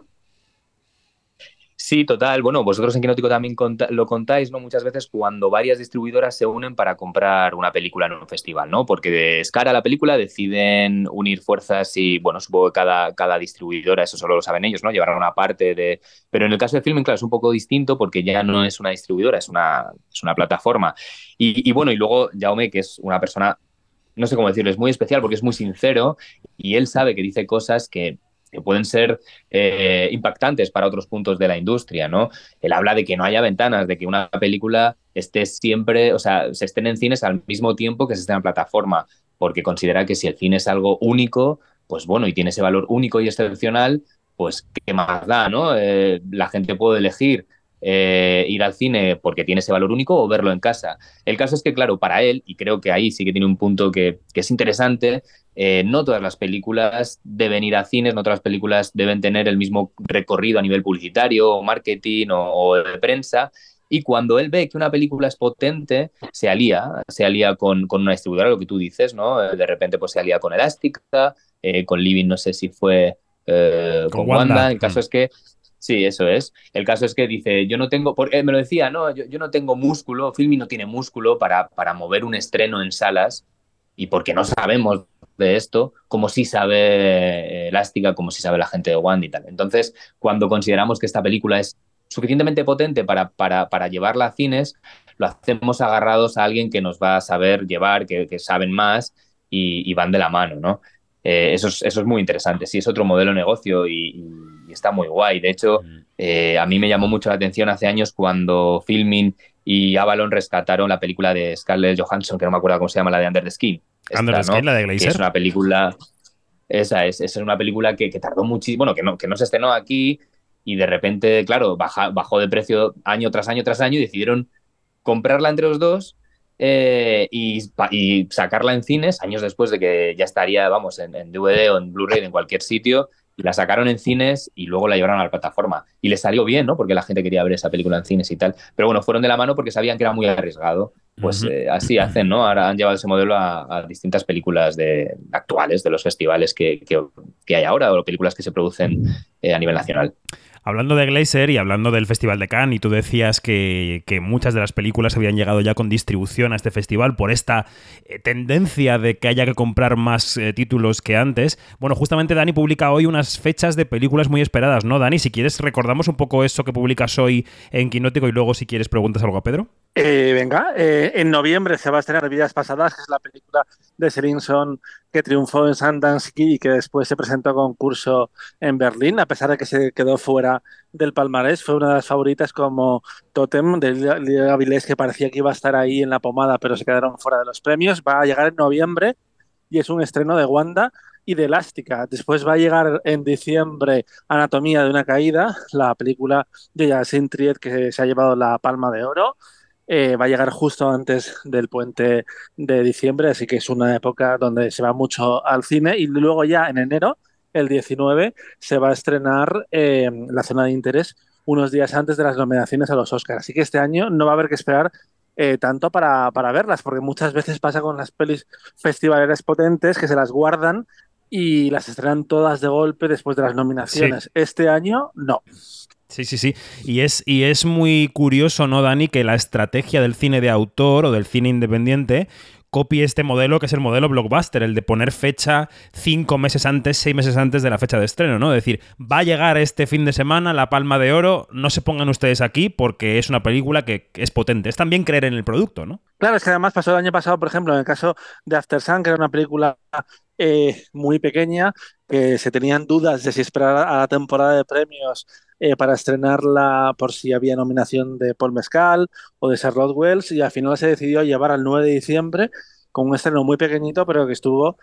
Sí, total. Bueno, vosotros en Quinótico también cont- lo contáis, ¿no? Muchas veces cuando varias distribuidoras se unen para comprar una película en un festival, ¿no? Porque de cara a la película deciden unir fuerzas y, bueno, supongo que cada, cada distribuidora, eso solo lo saben ellos, ¿no? Llevarán una parte de... Pero en el caso de Filmin, claro, es un poco distinto porque ya no es una distribuidora, es una, es una plataforma. Y, y bueno, y luego Jaume, que es una persona, no sé cómo decirlo, es muy especial porque es muy sincero y él sabe que dice cosas que... que pueden ser eh, impactantes para otros puntos de la industria, ¿no? Él habla de que no haya ventanas, de que una película esté siempre, o sea, se estén en cines al mismo tiempo que se esté en plataforma, porque considera que si el cine es algo único, pues bueno, y tiene ese valor único y excepcional, pues qué más da, ¿no? Eh, la gente puede elegir eh, ir al cine porque tiene ese valor único o verlo en casa. El caso es que, claro, para él, y creo que ahí sí que tiene un punto que, que es interesante, Eh, no todas las películas deben ir a cines, no todas las películas deben tener el mismo recorrido a nivel publicitario o marketing o, o de prensa. Y cuando él ve que una película es potente, se alía, se alía con, con una distribuidora, lo que tú dices, ¿no? De repente pues se alía con Elástica, eh, con Living no sé si fue eh, con, con Wanda. Wanda. El caso mm. es que sí, eso es. El caso es que dice, yo no tengo, porque me lo decía, no, yo, yo no tengo músculo, Filmin no tiene músculo para, para mover un estreno en salas y porque no sabemos de esto, como si sabe Elástica, como si sabe la gente de Wanda y tal. Entonces, cuando consideramos que esta película es suficientemente potente para, para, para llevarla a cines, lo hacemos agarrados a alguien que nos va a saber llevar, que, que saben más y, y van de la mano, ¿no? Eh, eso, es, eso es muy interesante. Sí, es otro modelo de negocio y, y está muy guay. De hecho, eh, a mí me llamó mucho la atención hace años cuando Filmin y Avalon rescataron la película de Scarlett Johansson, que no me acuerdo cómo se llama, la de Under the Skin. Under the esta, Sky, ¿no? la de Que Glazer. es una película... Esa es, esa es una película que, que tardó muchísimo, bueno, que no, que no se estrenó aquí y de repente, claro, baja, bajó de precio año tras año tras año y decidieron comprarla entre los dos eh, y, y sacarla en cines años después de que ya estaría, vamos, en, en D V D o en Blu-ray en cualquier sitio. Y la sacaron en cines y luego la llevaron a la plataforma. Y les salió bien, ¿no? Porque la gente quería ver esa película en cines y tal. Pero bueno, fueron de la mano porque sabían que era muy arriesgado. Pues Ujú. eh, así hacen, ¿no? Ahora han llevado ese modelo a, a distintas películas de, actuales de los festivales que, que, que hay ahora o películas que se producen eh, a nivel nacional. Hablando de Glazer y hablando del Festival de Cannes, y tú decías que, que muchas de las películas habían llegado ya con distribución a este festival por esta eh, tendencia de que haya que comprar más eh, títulos que antes. Bueno, justamente Dani publica hoy unas fechas de películas muy esperadas, ¿no, Dani? Si quieres, recordamos un poco eso que publicas hoy en Quinótico y luego, si quieres, preguntas algo a Pedro. Eh, venga, eh, en noviembre se va a estrenar Vidas Pasadas, que es la película de Selinson que triunfó en Sundance y que después se presentó a concurso en Berlín, a pesar de que se quedó fuera del palmarés. Fue una de las favoritas como Totem de Lidia Avilés, que parecía que iba a estar ahí en la pomada, pero se quedaron fuera de los premios. Va a llegar en noviembre y es un estreno de Wanda y de Elástica. Después va a llegar en diciembre Anatomía de una caída, la película de Yacine Triet que se ha llevado la Palma de Oro. Eh, va a llegar justo antes del puente de diciembre, así que es una época donde se va mucho al cine. Y luego ya en enero, el diecinueve, se va a estrenar eh, La Zona de Interés unos días antes de las nominaciones a los Oscars. Así que este año no va a haber que esperar eh, tanto para, para verlas, porque muchas veces pasa con las pelis festivaleras potentes que se las guardan y las estrenan todas de golpe después de las nominaciones. Sí. Este año, no. Sí, sí, sí. Y es, y es muy curioso, ¿no, Dani?, que la estrategia del cine de autor o del cine independiente copie este modelo que es el modelo blockbuster, el de poner fecha cinco meses antes, seis meses antes de la fecha de estreno, ¿no? Es decir, va a llegar este fin de semana la Palma de Oro, no se pongan ustedes aquí porque es una película que es potente. Es también creer en el producto, ¿no? Claro, es que además pasó el año pasado, por ejemplo, en el caso de After Sun, que era una película eh, muy pequeña, que se tenían dudas de si esperar a la temporada de premios eh, para estrenarla por si había nominación de Paul Mescal o de Charlotte Wells, y al final se decidió llevar al nueve de diciembre con un estreno muy pequeñito, pero que estuvo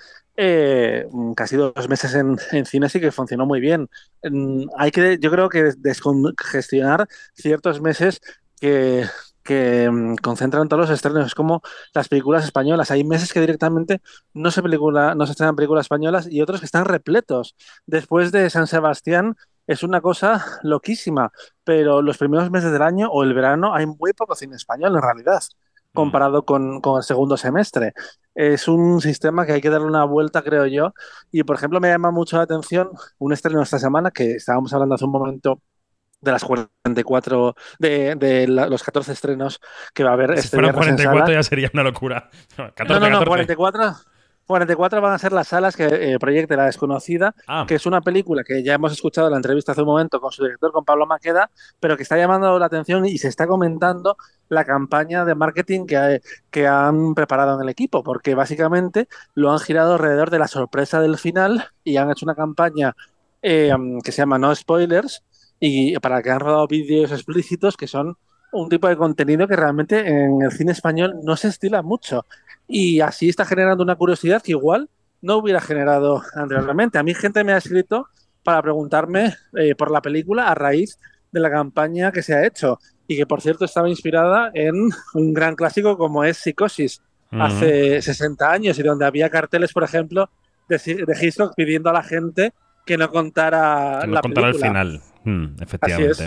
eh, casi dos meses en, en cines y que funcionó muy bien. Mm, Hay que, yo creo que descongestionar ciertos meses que que mm, concentran todos los estrenos. Es como las películas españolas. Hay meses que directamente no se, película, no se estrenan películas españolas y otros que están repletos. Después de San Sebastián es una cosa loquísima, pero los primeros meses del año o el verano hay muy poco cine español en realidad, comparado con, con el segundo semestre. Es un sistema que hay que darle una vuelta, creo yo. Y, por ejemplo, me llama mucho la atención un estreno esta semana que estábamos hablando hace un momento de las cuarenta y cuatro, de, de la, los catorce estrenos que va a haber Si este fueran viernes en cuarenta y cuatro sala. ya sería una locura. catorce, No, no, no, catorce. cuarenta y cuatro, cuarenta y cuatro van a ser las salas que eh, proyecte La Desconocida, Ah. que es una película que ya hemos escuchado en la entrevista hace un momento con su director, con Pablo Maqueda, pero que está llamando la atención y se está comentando la campaña de marketing que, ha- que han preparado en el equipo, porque básicamente lo han girado alrededor de la sorpresa del final y han hecho una campaña eh, que se llama No Spoilers, y para que han rodado vídeos explícitos que son un tipo de contenido que realmente en el cine español no se estila mucho. Y así está generando una curiosidad que igual no hubiera generado anteriormente. A mí gente me ha escrito para preguntarme eh, por la película a raíz de la campaña que se ha hecho y que, por cierto, estaba inspirada en un gran clásico como es Psicosis, Ujú. hace sesenta años, y donde había carteles, por ejemplo, de, de Hitchcock pidiendo a la gente que no contara Que no la contará el película. final. Mm, Así efectivamente. es.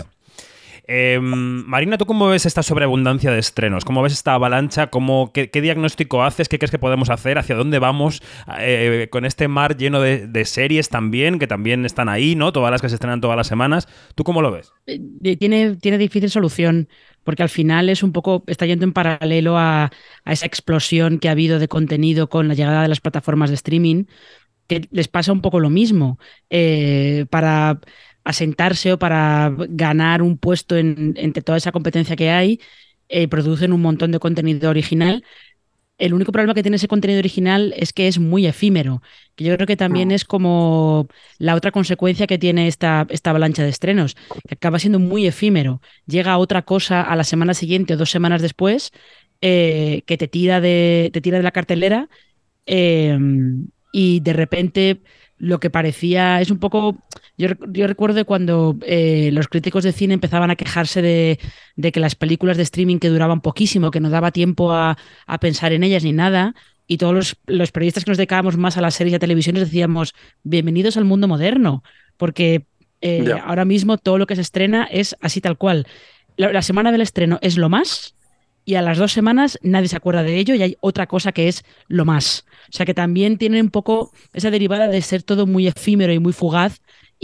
Eh, Marina, ¿tú cómo ves esta sobreabundancia de estrenos? ¿Cómo ves esta avalancha? ¿Cómo, qué, qué diagnóstico haces? ¿Qué crees que podemos hacer? ¿Hacia dónde vamos eh, con este mar lleno de, de series también, que también están ahí, ¿no? Todas las que se estrenan todas las semanas. ¿Tú cómo lo ves? Eh, Tiene, tiene difícil solución, porque al final es un poco, está yendo en paralelo a, a esa explosión que ha habido de contenido con la llegada de las plataformas de streaming, que les pasa un poco lo mismo. Eh, para asentarse o para ganar un puesto en, entre toda esa competencia que hay, eh, producen un montón de contenido original. El único problema que tiene ese contenido original es que es muy efímero, que yo creo que también es como la otra consecuencia que tiene esta, esta avalancha de estrenos, que acaba siendo muy efímero. Llega otra cosa a la semana siguiente o dos semanas después, eh, que te tira de, te tira de la cartelera eh, y de repente lo que parecía es un poco... Yo, yo recuerdo cuando eh, los críticos de cine empezaban a quejarse de, de que las películas de streaming que duraban poquísimo, que no daba tiempo a, a pensar en ellas ni nada, y todos los, los periodistas que nos dedicábamos más a las series y a televisiones decíamos, bienvenidos al mundo moderno, porque eh, Ya. ahora mismo todo lo que se estrena es así tal cual. La, la semana del estreno es lo más, y a las dos semanas nadie se acuerda de ello y hay otra cosa que es lo más. O sea que también tiene un poco esa derivada de ser todo muy efímero y muy fugaz,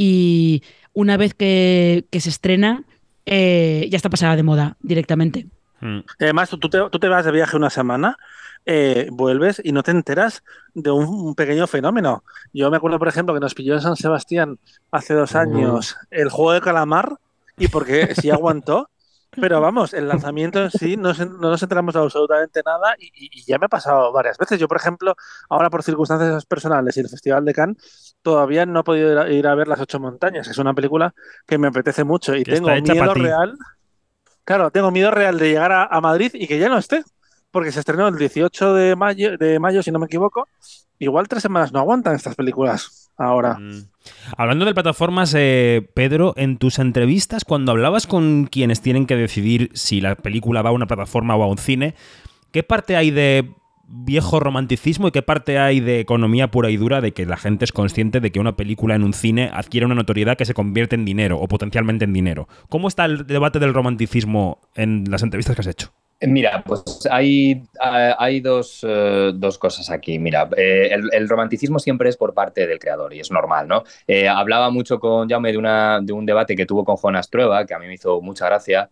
y una vez que, que se estrena eh, ya está pasada de moda directamente. Mm. Además, tú, tú te, tú te vas de viaje una semana, eh, vuelves y no te enteras de un, un pequeño fenómeno. Yo me acuerdo, por ejemplo, que nos pilló en San Sebastián hace dos años el juego de calamar y porque sí aguantó. Pero vamos, el lanzamiento en sí no, se- no nos enteramos de absolutamente nada y, y- y ya me ha pasado varias veces. Yo, por ejemplo, ahora por circunstancias personales y el Festival de Cannes, todavía no he podido ir a, ir a ver Las Ocho Montañas, que es una película que me apetece mucho y Que está tengo hecha para miedo ti. real. Claro, tengo miedo real de llegar a, a Madrid y que ya no esté, porque se estrenó el dieciocho de mayo, de mayo, si no me equivoco. Igual tres semanas no aguantan estas películas ahora. Mm. Hablando de plataformas, eh, Pedro, en tus entrevistas, cuando hablabas con quienes tienen que decidir si la película va a una plataforma o a un cine, ¿qué parte hay de viejo romanticismo y qué parte hay de economía pura y dura, de que la gente es consciente de que una película en un cine adquiere una notoriedad que se convierte en dinero o potencialmente en dinero? ¿Cómo está el debate del romanticismo en las entrevistas que has hecho? Mira, pues hay, ah, hay dos, eh, dos cosas aquí. Mira, eh, el, el romanticismo siempre es por parte del creador y es normal, ¿no? Eh, hablaba mucho con Jaume de, una, de un debate que tuvo con Jonas Trueba, que a mí me hizo mucha gracia,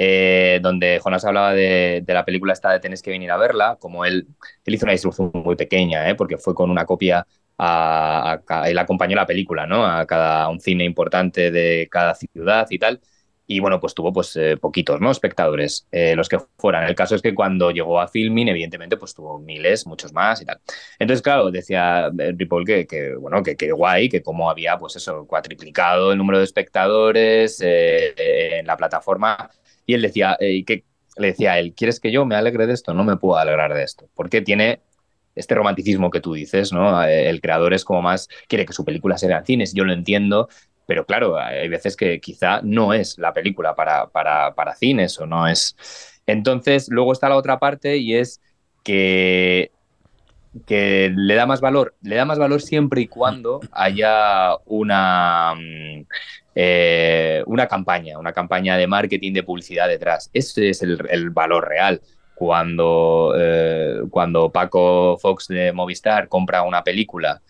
eh, donde Jonas hablaba de, de la película esta de Tenés que venir a verla, como él, él hizo una distribución muy pequeña, ¿eh? Porque fue con una copia a, a ca- él acompañó la película, ¿no? A cada a un cine importante de cada ciudad y tal. Y bueno, pues tuvo pues eh, poquitos, ¿no? Espectadores, eh, los que fueran. El caso es que cuando llegó a Filmin, evidentemente, pues tuvo miles, muchos más y tal. Entonces, claro, decía eh, Ripoll que, que, bueno, que, que guay, que como había, pues eso, cuatriplicado el número de espectadores eh, eh, en la plataforma. Y él decía, eh, que, le decía a él, ¿quieres que yo me alegre de esto? No me puedo alegrar de esto, porque tiene este romanticismo que tú dices, ¿no? Eh, El creador es como más, quiere que su película se vea en cines, yo lo entiendo, pero claro, hay veces que quizá no es la película para, para, para cines o no es. Entonces, luego está la otra parte y es que, que le da más valor, le da más valor siempre y cuando haya una, mm, eh, una campaña, una campaña de marketing, de publicidad detrás. Ese es el, el valor real. Cuando, eh, cuando Paco Fox de Movistar compra una película,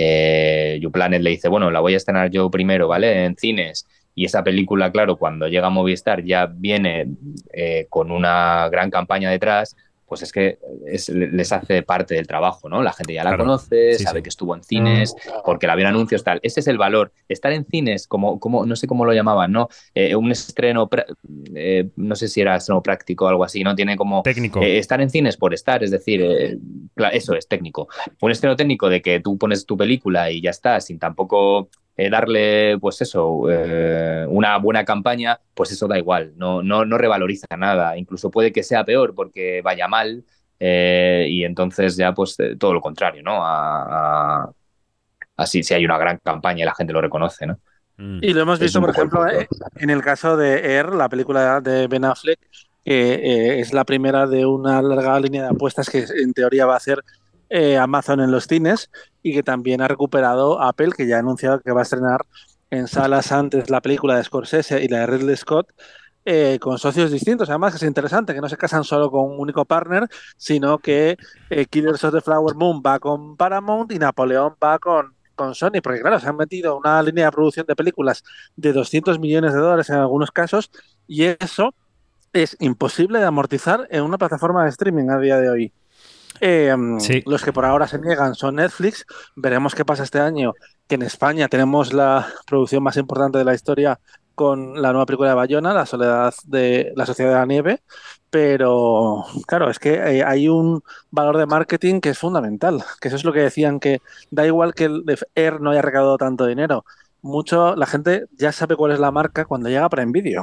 eh, YouPlanet le dice, bueno, la voy a estrenar yo primero, ¿vale? En cines. Y esa película, claro, cuando llega a Movistar ya viene eh, con una gran campaña detrás, pues es que es, les hace parte del trabajo, ¿no? La gente ya la Claro. conoce, Sí, sabe sí. que estuvo en cines, porque la ven anuncios, tal. Ese es el valor. Estar en cines, como, como no sé cómo lo llamaban, ¿no? Eh, un estreno, pra- eh, no sé si era estreno práctico o algo así, ¿no? Tiene como... Técnico. eh, estar en cines por estar, es decir, eh, cla- eso es técnico. Un estreno técnico de que tú pones tu película y ya está, sin tampoco eh, darle, pues eso, eh, una buena campaña, pues eso da igual, no, no, no revaloriza nada. Incluso puede que sea peor porque vaya mal eh, y entonces ya pues eh, todo lo contrario, ¿no? A, a- así si hay una gran campaña y la gente lo reconoce, ¿no? Mm. Y lo hemos Es visto, un por poco el ejemplo, punto. eh, en el caso de Air, la película de Ben Affleck, que eh, es la primera de una larga línea de apuestas que en teoría va a hacer eh, Amazon en los cines y que también ha recuperado Apple, que ya ha anunciado que va a estrenar en salas antes la película de Scorsese y la de Ridley Scott, eh, con socios distintos. Además, que es interesante que no se casan solo con un único partner, sino que eh, Killers of the Flower Moon va con Paramount y Napoleón va con, con Sony, porque claro, se han metido una línea de producción de películas de doscientos millones de dólares en algunos casos y eso es imposible de amortizar en una plataforma de streaming a día de hoy. Eh, Sí. Los que por ahora se niegan son Netflix. Veremos qué pasa este año, que en España tenemos la producción más importante de la historia con la nueva película de Bayona, La soledad de la Sociedad de la Nieve, pero claro, es que eh, hay un valor de marketing que es fundamental, que eso es lo que decían, que da igual que el de Air no haya recaudado tanto dinero, mucho la gente ya sabe cuál es la marca cuando llega a Prime Video.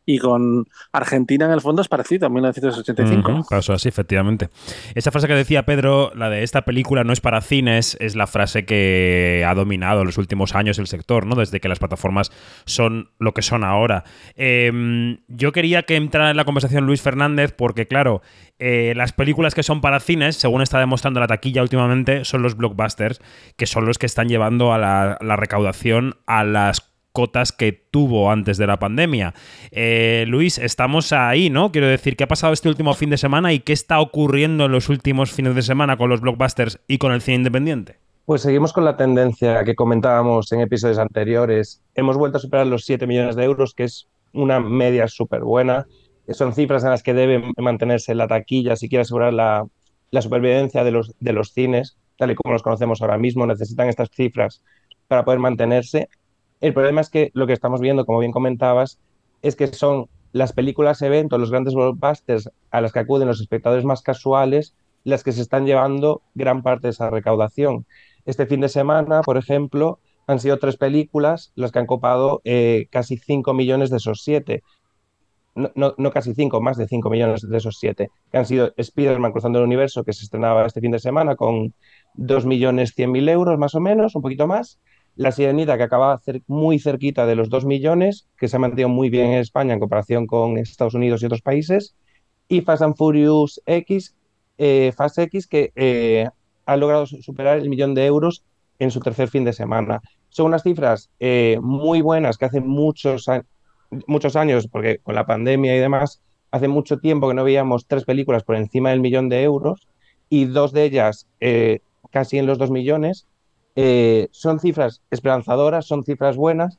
Y con Argentina en el fondo es parecido, en mil novecientos ochenta y cinco. Uh-huh, pasó así, efectivamente. Esa frase que decía Pedro, la de esta película no es para cines, es la frase que ha dominado en los últimos años el sector, ¿no? Desde que las plataformas son lo que son ahora. Eh, yo quería que entrara en la conversación Luis Fernández porque, claro, eh, las películas que son para cines, según está demostrando la taquilla últimamente, son los blockbusters, que son los que están llevando a la, la recaudación a las cotas que tuvo antes de la pandemia. Eh, Luis, estamos ahí, ¿no? Quiero decir, ¿qué ha pasado este último fin de semana y qué está ocurriendo en los últimos fines de semana con los blockbusters y con el cine independiente? Pues seguimos con la tendencia que comentábamos en episodios anteriores. Hemos vuelto a superar los siete millones de euros, que es una media súper buena. Son cifras en las que debe mantenerse la taquilla si quiere asegurar la, la supervivencia de los, de los cines, tal y como los conocemos ahora mismo. Necesitan estas cifras para poder mantenerse. El problema es que lo que estamos viendo, como bien comentabas, es que son las películas eventos, los grandes blockbusters a las que acuden los espectadores más casuales, las que se están llevando gran parte de esa recaudación. Este fin de semana, por ejemplo, han sido tres películas las que han copado eh, casi cinco millones de esos siete. No, no, no casi cinco, más de cinco millones de esos siete, que han sido Spider-Man Cruzando el Universo, que se estrenaba este fin de semana con dos millones cien mil euros más o menos, un poquito más. La Sirenita, que acababa cer muy cerquita de los dos millones, que se ha mantenido muy bien en España en comparación con Estados Unidos y otros países. Y Fast and Furious X, eh, Fast X, que eh, ha logrado superar el millón de euros en su tercer fin de semana. Son unas cifras eh, muy buenas que hace muchos, muchos años, porque con la pandemia y demás, hace mucho tiempo que no veíamos tres películas por encima del millón de euros y dos de ellas eh, casi en los dos millones. Eh, son cifras esperanzadoras, son cifras buenas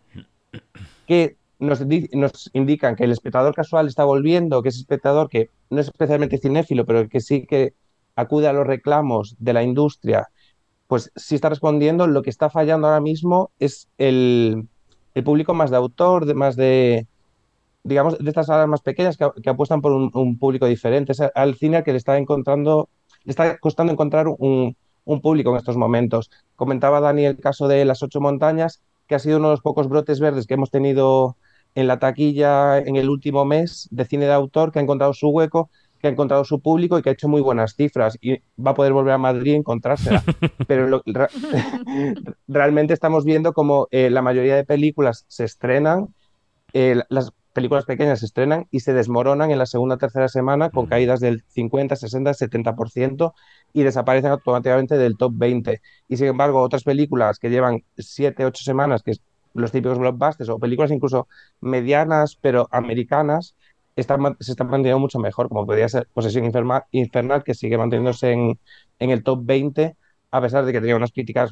que nos, nos indican que el espectador casual está volviendo, que ese espectador que no es especialmente cinéfilo, pero que sí que acude a los reclamos de la industria, pues sí está respondiendo. Lo que está fallando ahora mismo es el, el público más de autor, de, más de, digamos, de estas salas más pequeñas que, que apuestan por un, un público diferente. Es al cine al que le está encontrando, le está costando encontrar un, un público en estos momentos. Comentaba Dani el caso de Las Ocho Montañas, que ha sido uno de los pocos brotes verdes que hemos tenido en la taquilla en el último mes de cine de autor, que ha encontrado su hueco, que ha encontrado su público y que ha hecho muy buenas cifras y va a poder volver a Madrid y encontrársela. Pero lo, re, realmente estamos viendo como eh, la mayoría de películas se estrenan, eh, las películas pequeñas se estrenan y se desmoronan en la segunda o tercera semana con caídas del cincuenta, sesenta, setenta por ciento y desaparecen automáticamente del top veinte. Y sin embargo, otras películas que llevan siete, ocho semanas, que es los típicos blockbusters o películas incluso medianas pero americanas, están, se están manteniendo mucho mejor, como podría ser Posesión Infernal, Infernal que sigue manteniéndose en, en el top veinte, a pesar de que tenía unas críticas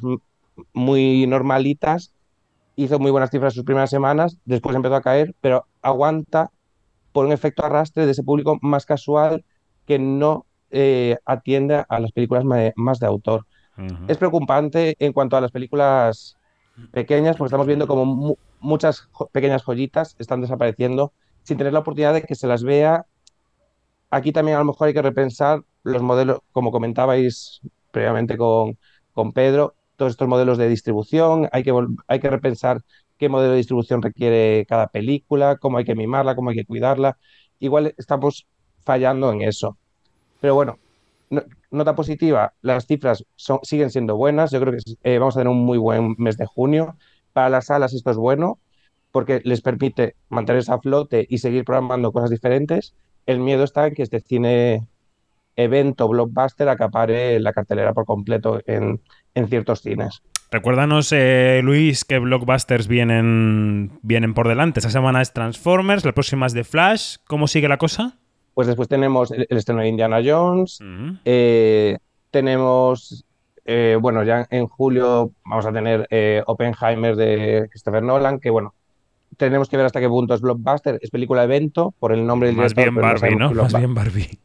muy normalitas. Hizo muy buenas cifras sus primeras semanas, después empezó a caer, pero aguanta por un efecto arrastre de ese público más casual que no eh, atiende a las películas más de autor. Uh-huh. Es preocupante en cuanto a las películas pequeñas, porque estamos viendo como mu muchas jo pequeñas joyitas están desapareciendo sin tener la oportunidad de que se las vea. Aquí también a lo mejor hay que repensar los modelos, como comentabais previamente con, con Pedro, todos estos modelos de distribución. Hay que, hay que repensar qué modelo de distribución requiere cada película, cómo hay que mimarla, cómo hay que cuidarla. Igual estamos fallando en eso. Pero bueno, no, nota positiva, las cifras son, siguen siendo buenas. Yo creo que eh, vamos a tener un muy buen mes de junio. Para las salas esto es bueno, porque les permite mantenerse a flote y seguir programando cosas diferentes. El miedo está en que este cine evento blockbuster acapare la cartelera por completo en, en ciertos cines. Recuérdanos, eh, Luis, qué blockbusters vienen, vienen por delante. Esta semana es Transformers, la próxima es The Flash. ¿Cómo sigue la cosa? Pues después tenemos el, el estreno de Indiana Jones, uh-huh. eh, tenemos, eh, bueno, ya en julio vamos a tener eh, Oppenheimer de Christopher Nolan, que bueno, tenemos que ver hasta qué punto es blockbuster, es película evento, por el nombre del Más director. Bien Barbie, ¿no? Más bien Barbie.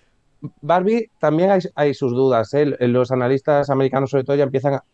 Barbie también hay, hay sus dudas, ¿eh? Los analistas americanos sobre todo ya empiezan a,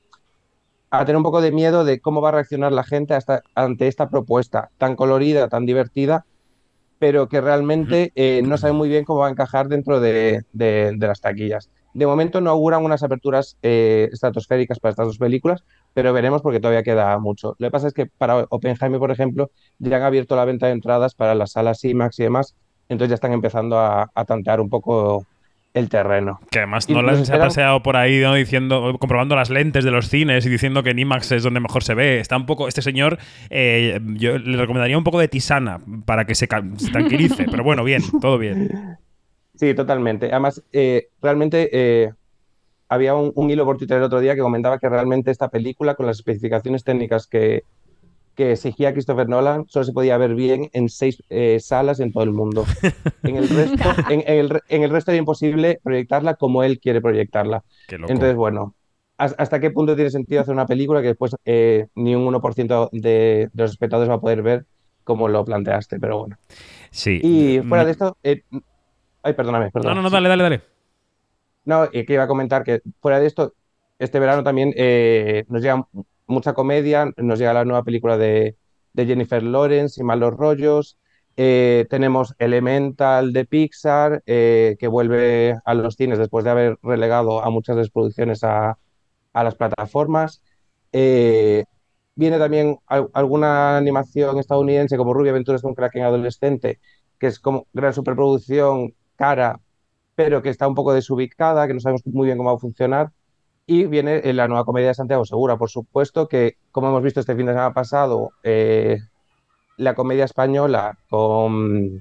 a tener un poco de miedo de cómo va a reaccionar la gente hasta, ante esta propuesta tan colorida, tan divertida, pero que realmente eh, no saben muy bien cómo va a encajar dentro de, de, de las taquillas. de momento no auguran unas aperturas eh, estratosféricas para estas dos películas, pero veremos porque todavía queda mucho. Lo que pasa es que para Oppenheimer, por ejemplo, ya han abierto la venta de entradas para las salas IMAX y demás, entonces ya están empezando a, a tantear un poco el terreno. Que además Y Nolan nos se ha esperan- paseado por ahí, ¿no? diciendo, comprobando las lentes de los cines y diciendo que en IMAX es donde mejor se ve. Está un poco, este señor, eh, yo le recomendaría un poco de tisana para que se, cal- se tranquilice. Pero bueno, bien, todo bien. Sí, totalmente. Además, eh, realmente eh, había un, un hilo por Twitter el otro día que comentaba que realmente esta película, con las especificaciones técnicas que, que exigía Christopher Nolan, solo se podía ver bien en seis eh, salas en todo el mundo. En el resto, en, en el, re- en el resto era imposible proyectarla como él quiere proyectarla. Qué loco. Entonces, bueno, ¿has- ¿hasta qué punto tiene sentido hacer una película que después eh, ni un uno por ciento de, de los espectadores va a poder ver como lo planteaste? Pero bueno. Sí. Y fuera Mm, de esto, eh, ay, perdóname, No, perdona. no, no, Sí. dale, dale, dale. No, y que iba a comentar que fuera de esto, este verano también eh, nos llega mucha comedia, nos llega la nueva película de, de Jennifer Lawrence y Malos Rollos, eh, tenemos Elemental de Pixar, eh, que vuelve a los cines después de haber relegado a muchas de sus producciones a, a las plataformas. Eh, viene también al- alguna animación estadounidense como Rubia Aventuras con Kraken Adolescente, que es como gran superproducción cara pero que está un poco desubicada, que no sabemos muy bien cómo va a funcionar. Y viene eh, la nueva comedia de Santiago Segura, por supuesto, que como hemos visto este fin de semana pasado, eh, la comedia española con,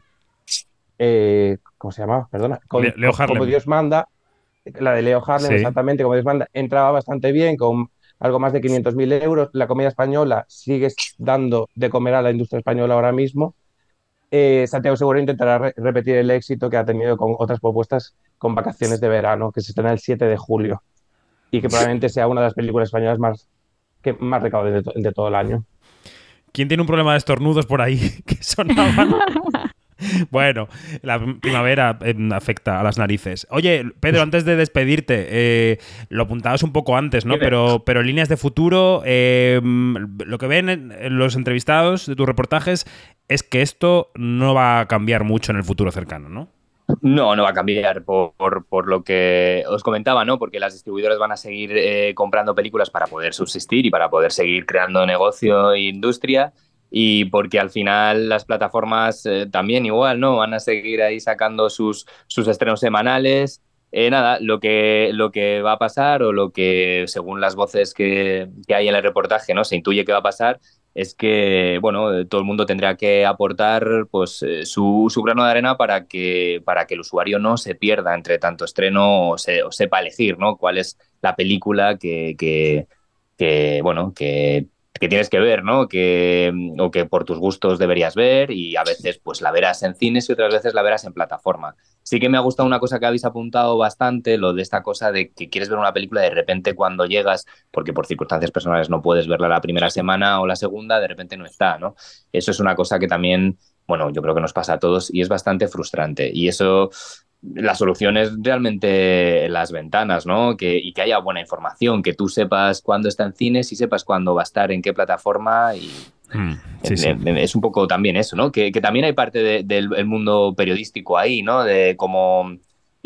eh, ¿cómo se llama? Perdona, con, Le- Leo con- como Harlem. Dios manda, la de Leo Harlem, Sí. exactamente, como Dios manda, entraba bastante bien, con algo más de quinientos mil euros. La comedia española sigue dando de comer a la industria española ahora mismo. Eh, Santiago Segura intentará re- repetir el éxito que ha tenido con otras propuestas con Vacaciones de Verano, que se estrena el siete de julio y que probablemente sea una de las películas españolas más, que más recaude de, to- de todo el año. ¿Quién tiene un problema de estornudos por ahí que sonaban? Bueno, la primavera eh, afecta a las narices. Oye, Pedro, antes de despedirte, eh, lo apuntabas un poco antes, ¿no? Dime. Pero, pero en líneas de futuro, eh, lo que ven en, en los entrevistados de tus reportajes es que esto no va a cambiar mucho en el futuro cercano, ¿no? No, no va a cambiar por, por, por lo que os comentaba, ¿no? Porque las distribuidoras van a seguir eh, comprando películas para poder subsistir y para poder seguir creando negocio e industria. Y porque al final las plataformas eh, también igual, ¿no? Van a seguir ahí sacando sus, sus estrenos semanales. Eh, nada, lo que, lo que va a pasar o lo que, según las voces que, que hay en el reportaje, ¿no? Se intuye que va a pasar es que, bueno, todo el mundo tendrá que aportar pues, eh, su, su grano de arena para que, para que el usuario no se pierda entre tanto estreno o, se, o sepa elegir, ¿no? Cuál es la película que, que, que bueno, que, que tienes que ver, ¿no? Que, o que por tus gustos deberías ver y a veces pues la verás en cines y otras veces la verás en plataforma. Sí que me ha gustado una cosa que habéis apuntado bastante, lo de esta cosa de que quieres ver una película de repente cuando llegas, porque por circunstancias personales no puedes verla la primera semana o la segunda, de repente no está, ¿no? Eso es una cosa que también, bueno, yo creo que nos pasa a todos y es bastante frustrante. Y eso, la solución es realmente las ventanas, ¿no? Que, y que haya buena información, que tú sepas cuándo está en cines y sepas cuándo va a estar, en qué plataforma y... Mm, sí, sí. Es un poco también eso, ¿no? Que, que también hay parte de, del el mundo periodístico ahí, ¿no? De como,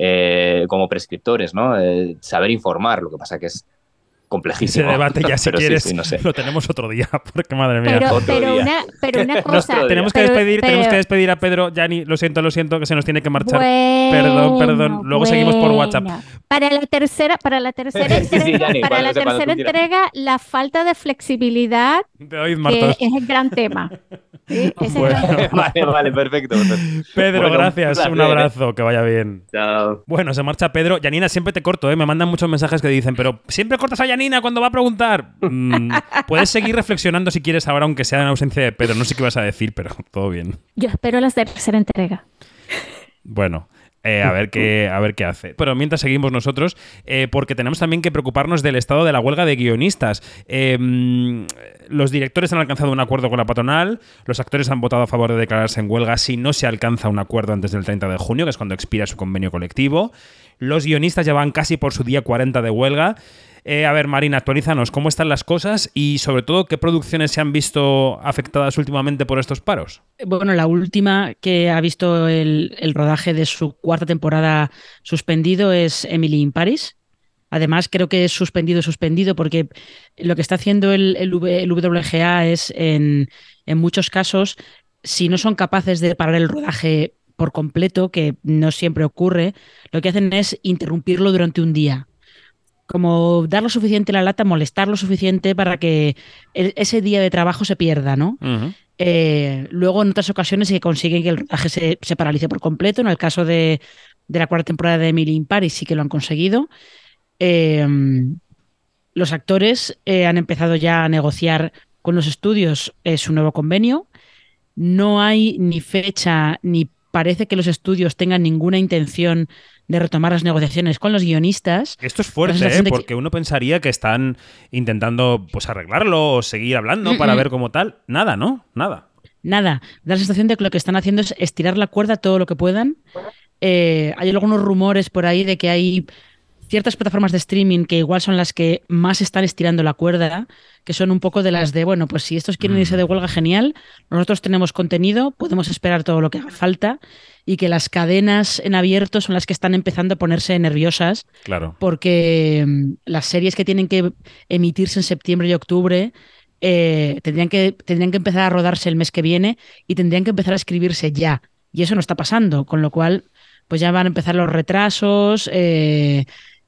eh, como prescriptores, ¿no? Eh, saber informar, lo que pasa que es complejísimo. Ese debate ya, si Pero quieres, sí, sí, no sé. lo tenemos otro día, porque madre mía. Pero, Otro pero, día. una, pero una Nos cosa. tenemos que pero- despedir, tenemos pero- que despedir a Pedro. Yanni, lo siento, lo siento, que se nos tiene que marchar. Bueno, perdón, perdón. Luego seguimos por WhatsApp. bueno. Para la tercera, para la tercera Sí, sí, entrega, Yanni, para cuando la se- cuando tercera tú quieras. entrega, la falta de flexibilidad, David que Martos. es el gran tema. ¿Sí? Ese es el Bueno. gran tema. Vale, vale, perfecto. perfecto. Pedro, Bueno, gracias. placer, Un ¿eh? abrazo, que vaya bien. Chao. Bueno, se marcha Pedro. Yanina, siempre te corto, ¿eh? Me mandan muchos mensajes que dicen, pero siempre cortas a Yanina cuando va a preguntar. Mm, puedes seguir reflexionando si quieres ahora, aunque sea en ausencia de Pedro. No sé qué vas a decir, pero todo bien. Yo espero la tercera entrega. Bueno, eh, a ver qué a ver qué hace. Pero mientras seguimos nosotros, eh, porque tenemos también que preocuparnos del estado de la huelga de guionistas. Eh, los directores han alcanzado un acuerdo con la patronal, los actores han votado a favor de declararse en huelga si no se alcanza un acuerdo antes del treinta de junio, que es cuando expira su convenio colectivo. Los guionistas ya van casi por su día cuarenta de huelga. Eh, a ver, Marina, actualízanos cómo están las cosas y sobre todo qué producciones se han visto afectadas últimamente por estos paros. Bueno, la última que ha visto el, el rodaje de su cuarta temporada suspendido es Emily in Paris. Además, creo que es suspendido, suspendido, porque lo que está haciendo el, el, el W G A es, en, en muchos casos, si no son capaces de parar el rodaje por completo, que no siempre ocurre, lo que hacen es interrumpirlo durante un día. Como dar lo suficiente la lata, molestar lo suficiente para que el, ese día de trabajo se pierda, ¿no? Uh-huh. Eh, luego, en otras ocasiones, se consiguen que el rodaje se, se paralice por completo. En el caso de, de la cuarta temporada de Emily in Paris sí que lo han conseguido. Eh, los actores eh, han empezado ya a negociar con los estudios eh, su nuevo convenio. No hay ni fecha, ni parece que los estudios tengan ninguna intención de retomar las negociaciones con los guionistas. Esto es fuerte, ¿eh? Porque que... uno pensaría que están intentando pues arreglarlo o seguir hablando mm-hmm. para ver cómo tal. Nada, ¿no? Nada. Nada. Da la sensación de que lo que están haciendo es estirar la cuerda todo lo que puedan. Eh, hay algunos rumores por ahí de que hay ciertas plataformas de streaming que igual son las que más están estirando la cuerda, que son un poco de las de, bueno, pues si estos quieren irse de huelga, genial, nosotros tenemos contenido, podemos esperar todo lo que haga falta, y que las cadenas en abierto son las que están empezando a ponerse nerviosas, claro, porque las series que tienen que emitirse en septiembre y octubre eh, tendrían que, tendrían que empezar a rodarse el mes que viene y tendrían que empezar a escribirse ya, y eso no está pasando, con lo cual pues ya van a empezar los retrasos, eh,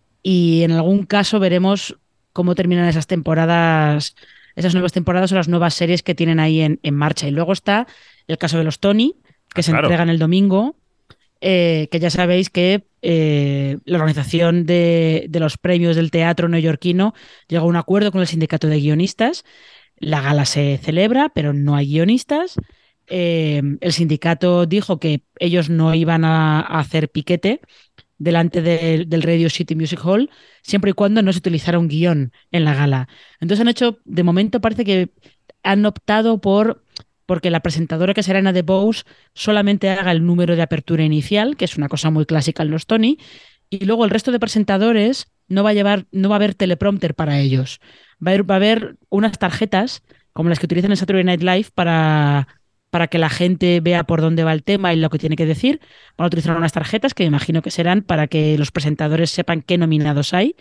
y en algún caso veremos cómo terminan esas temporadas, esas nuevas temporadas o las nuevas series que tienen ahí en, en marcha. Y luego está el caso de los Tony, que ah, se claro. entregan el domingo, eh, que ya sabéis que eh, la organización de, de los premios del teatro neoyorquino llegó a un acuerdo con el sindicato de guionistas. La gala se celebra, pero no hay guionistas. Eh, el sindicato dijo que ellos no iban a, a hacer piquete delante de, del Radio City Music Hall, siempre y cuando no se utilizara un guión en la gala. Entonces han hecho, de momento parece que han optado por, porque la presentadora, que será Anna DeBose, solamente haga el número de apertura inicial, que es una cosa muy clásica en los Tony, y luego el resto de presentadores no va a llevar, no va a haber teleprompter para ellos. Va a haber, va a haber unas tarjetas, como las que utilizan en Saturday Night Live, para... para que la gente vea por dónde va el tema y lo que tiene que decir. Van a utilizar unas tarjetas que me imagino que serán para que los presentadores sepan qué nominados hay.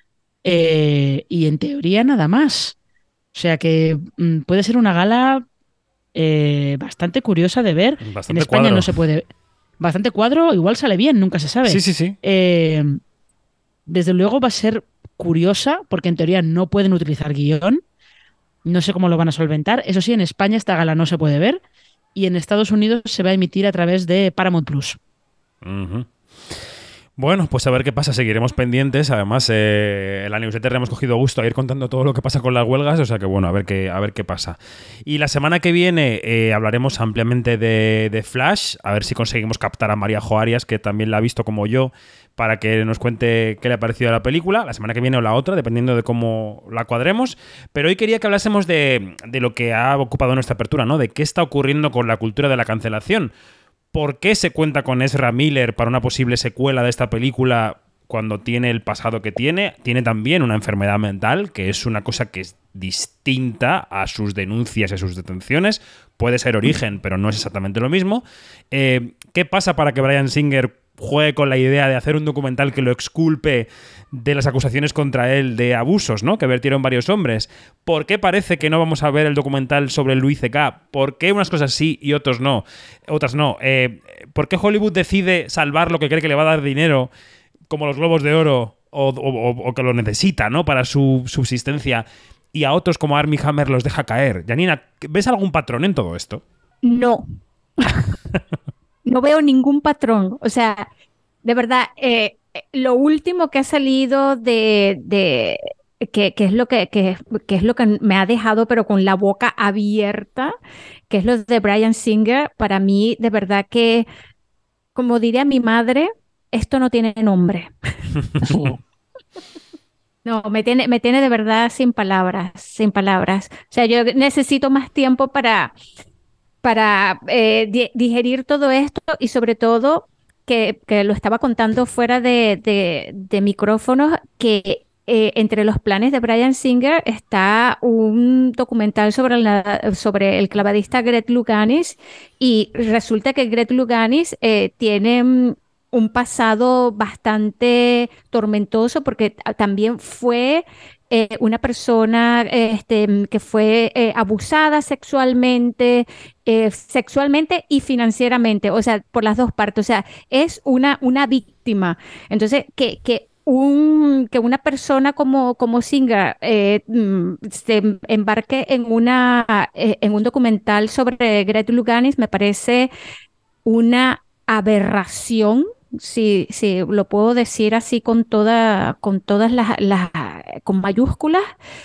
Eh, y en teoría nada más. O sea que mm, puede ser una gala eh, bastante curiosa de ver. Bastante en España cuadro. No se puede. Bastante cuadro, igual sale bien, nunca se sabe. Sí, sí, sí. Eh, desde luego va a ser curiosa, porque en teoría no pueden utilizar guión. No sé cómo lo van a solventar. Eso sí, en España esta gala no se puede ver. Y en Estados Unidos se va a emitir a través de Paramount Plus. Uh-huh. Bueno, pues a ver qué pasa, seguiremos pendientes. Además, eh, en la newsletter hemos cogido gusto a ir contando todo lo que pasa con las huelgas, o sea que bueno, a ver qué, a ver qué pasa. Y la semana que viene eh, hablaremos ampliamente de, de Flash, a ver si conseguimos captar a María Joarias, que también la ha visto como yo, para que nos cuente qué le ha parecido a la película, la semana que viene o la otra, dependiendo de cómo la cuadremos. Pero hoy quería que hablásemos de, de lo que ha ocupado nuestra apertura, ¿no? De qué está ocurriendo con la cultura de la cancelación. ¿Por qué se cuenta con Ezra Miller para una posible secuela de esta película cuando tiene el pasado que tiene? Tiene también una enfermedad mental, que es una cosa que es distinta a sus denuncias y a sus detenciones. Puede ser origen, pero no es exactamente lo mismo. Eh, ¿Qué pasa para que Bryan Singer juegue con la idea de hacer un documental que lo exculpe de las acusaciones contra él de abusos, ¿no?, que vertieron varios hombres? ¿Por qué parece que no vamos a ver el documental sobre Louis C K? ¿Por qué unas cosas sí y otros no? Otras no. Eh, ¿Por qué Hollywood decide salvar lo que cree que le va a dar dinero, como los Globos de Oro, o, o, o que lo necesita, ¿no?, para su subsistencia, y a otros como Armie Hammer los deja caer? Janina, ¿ves algún patrón en todo esto? No. No veo ningún patrón. O sea, de verdad, eh, lo último que ha salido de, de que, que es lo que, que, que es lo que me ha dejado, pero con la boca abierta, que es lo de Bryan Singer, para mí, de verdad que, como diría mi madre, esto no tiene nombre. No, me tiene, me tiene de verdad sin palabras, sin palabras. O sea, yo necesito más tiempo para... para eh, di- digerir todo esto, y sobre todo que, que lo estaba contando fuera de, de, de micrófonos, que eh, entre los planes de Bryan Singer está un documental sobre, la, sobre el clavadista Gret Louganis, y resulta que Gret Louganis eh, tiene mm, un pasado bastante tormentoso porque ta- también fue eh, una persona este, mm, que fue eh, abusada sexualmente, eh, sexualmente y financieramente, o sea, por las dos partes, o sea, es una, una víctima. Entonces, que, que un, que una persona como, como Singer eh, mm, se embarque en, una, eh, en un documental sobre Gret Louganis me parece una aberración, si, si lo puedo decir así con toda, con todas las, las con mayúsculas,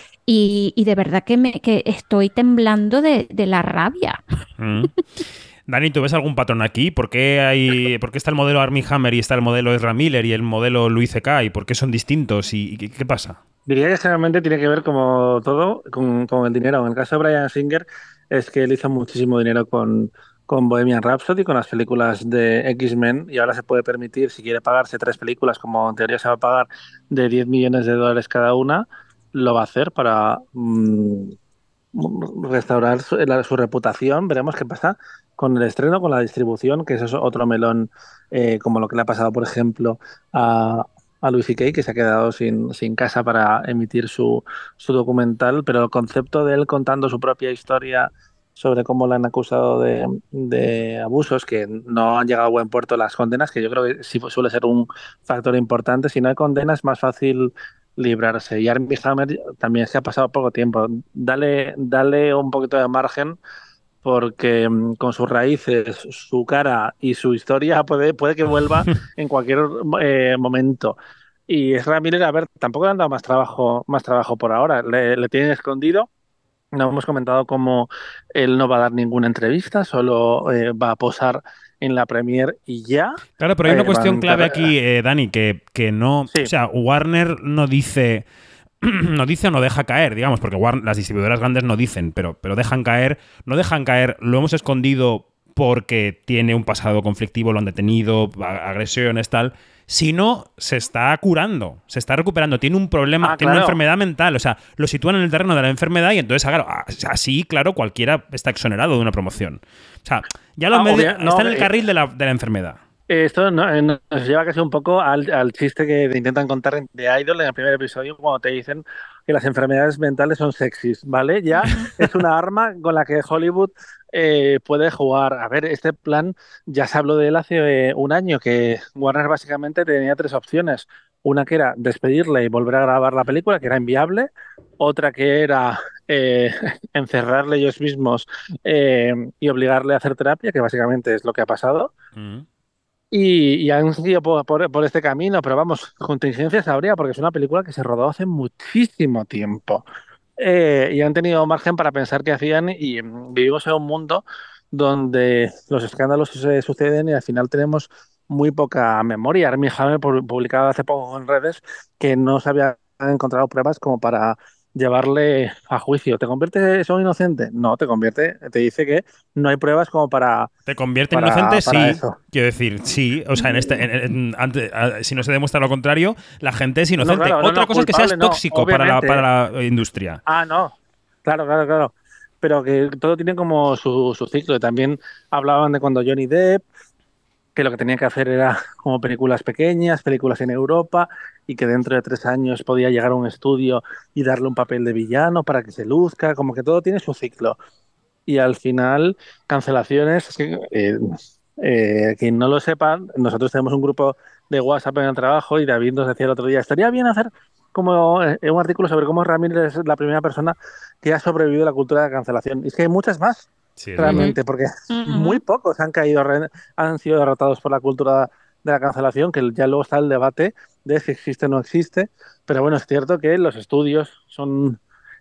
y, y de verdad que me que estoy temblando de, de la rabia. Mm. Dani, ¿tú ves algún patrón aquí? ¿Por qué, hay, ¿Por qué está el modelo Armie Hammer y está el modelo Ezra Miller y el modelo Louis C K? ¿Y por qué son distintos? ¿Y, y qué, qué pasa? Diría que generalmente tiene que ver, como todo, con, con el dinero. En el caso de Bryan Singer es que él hizo muchísimo dinero con, con Bohemian Rhapsody, con las películas de X-Men, y ahora se puede permitir, si quiere pagarse tres películas, como en teoría se va a pagar, de diez millones de dólares cada una, lo va a hacer para mm, restaurar su, la- su reputación. Veremos qué pasa con el estreno, con la distribución, que eso es otro melón, eh, como lo que le ha pasado, por ejemplo, a, a Louis C K, que se ha quedado sin, sin casa para emitir su, su documental, pero el concepto de él contando su propia historia sobre cómo le han acusado de, de abusos, que no han llegado a buen puerto las condenas, que yo creo que sí suele ser un factor importante. Si no hay condenas, es más fácil librarse. Y Armie Hammer también es que ha pasado poco tiempo. Dale, dale un poquito de margen, porque mm, con sus raíces, su cara y su historia puede, puede que vuelva en cualquier eh, momento. Y Ezra Miller, a ver, tampoco le han dado más trabajo, más trabajo por ahora. Le, le tienen escondido. No hemos comentado cómo él no va a dar ninguna entrevista, solo eh, va a posar en la premier y ya. Claro, pero hay una Eh, cuestión van clave ter- aquí, eh, Dani, que, que no... Sí. O sea, Warner no dice... no dice o no deja caer, digamos, porque Warner, las distribuidoras grandes no dicen, pero, pero dejan caer, no dejan caer, lo hemos escondido porque tiene un pasado conflictivo, lo han detenido, a- agresiones, tal, sino se está curando, se está recuperando, tiene un problema, Ah, tiene una claro. enfermedad mental, o sea, lo sitúan en el terreno de la enfermedad y entonces, claro, así, claro, cualquiera está exonerado de una promoción. O sea, ya lo Ah, medio- obvia- no, está en el eh, carril de la, de la enfermedad. Esto no- eh, nos lleva casi un poco al, al chiste que te intentan contar en The Idol en el primer episodio, cuando te dicen que las enfermedades mentales son sexys, ¿vale? Ya es una arma con la que Hollywood eh, puede jugar. A ver, este plan ya se habló de él hace eh, un año, que Warner básicamente tenía tres opciones. Una que era despedirle y volver a grabar la película, que era inviable. Otra que era eh, encerrarle ellos mismos eh, y obligarle a hacer terapia, que básicamente es lo que ha pasado. Mm. Y, y han seguido por, por- por este camino, pero vamos, contingencias habría, porque es una película que se rodó hace muchísimo tiempo. Eh, y han tenido margen para pensar qué hacían, y mm, vivimos en un mundo donde los escándalos se suceden y al final tenemos muy poca memoria. Armie Hammer pu- publicaba hace poco en redes que no se habían encontrado pruebas como para llevarle a juicio. ¿Te convierte eso en inocente? No, te convierte, te dice que no hay pruebas como para, ¿Te convierte en para, inocente? para Sí. eso. Quiero decir, sí. O sea, en este, en- en- ante- a- si no se demuestra lo contrario, la gente es inocente. No, claro, no, Otra no, cosa es que seas culpable no, tóxico para la, obviamente. para la industria. Ah, no. Claro, claro, claro. Pero que todo tiene como su, su ciclo. Y también hablaban de cuando Johnny Depp, que lo que tenía que hacer era como películas pequeñas, películas en Europa, y que dentro de tres años podía llegar a un estudio y darle un papel de villano para que se luzca. Como que todo tiene su ciclo. Y al final, cancelaciones, es que, eh, eh, quien no lo sepa, nosotros tenemos un grupo de WhatsApp en el trabajo, y David nos decía el otro día, estaría bien hacer como eh, un artículo sobre cómo Ramírez es la primera persona que ha sobrevivido a la cultura de la cancelación. Y es que hay muchas más, Sí, es realmente, porque Ujú. muy pocos han caído, re- han sido derrotados por la cultura de la cancelación, que ya luego está el debate de si existe o no existe. Pero bueno, es cierto que los estudios son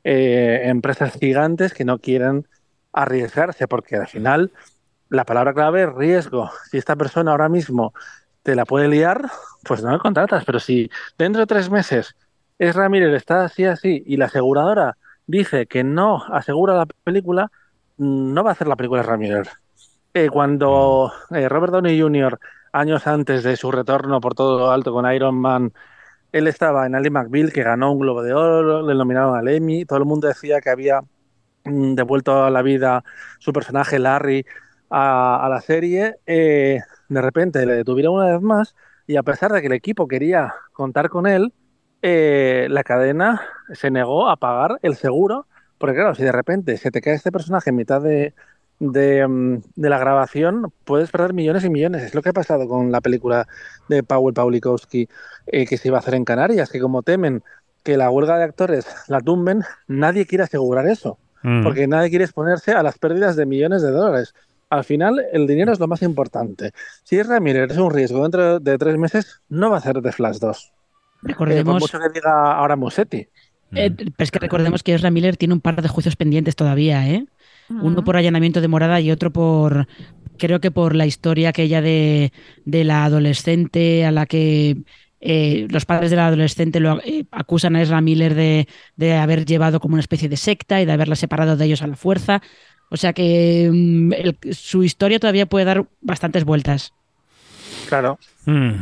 eh, empresas gigantes que no quieren arriesgarse, porque al final la palabra clave es riesgo. Si esta persona ahora mismo te la puede liar, pues no le contratas. Pero si dentro de tres meses es Ramírez, está así, así, y la aseguradora dice que no asegura la película, no va a hacer la película Ramírez. Eh, cuando eh, Robert Downey junior, años antes de su retorno por todo lo alto con Iron Man, Él estaba en Ally McBeal, que ganó un Globo de Oro, le nominaron al Emmy, todo el mundo decía que había mm, devuelto a la vida su personaje Larry a, a la serie. Eh, de repente le detuvieron una vez más y a pesar de que el equipo quería contar con él, eh, la cadena se negó a pagar el seguro, porque claro, si de repente se te cae este personaje en mitad de, de, mm, de la grabación, puedes perder millones y millones. Es lo que ha pasado con la película de Powell Pawlikowski eh, que se iba a hacer en Canarias, que como temen que la huelga de actores la tumben, nadie quiere asegurar eso, Mm. porque nadie quiere exponerse a las pérdidas de millones de dólares. Al final, el dinero es lo más importante. Si Ezra Miller es un riesgo dentro de tres meses, no va a hacer The Flash dos. Eh, por Recordemos, mucho que diga ahora Musetti. eh, pero es que recordemos que Ezra Miller tiene un par de juicios pendientes todavía, ¿eh? Uno por allanamiento de morada y otro por, creo que por la historia aquella de, de la adolescente a la que eh, los padres de la adolescente lo eh, acusan a Ezra Miller de, de haber llevado como una especie de secta y de haberla separado de ellos a la fuerza. O sea que mm, el- su historia todavía puede dar bastantes vueltas. Claro. Mm.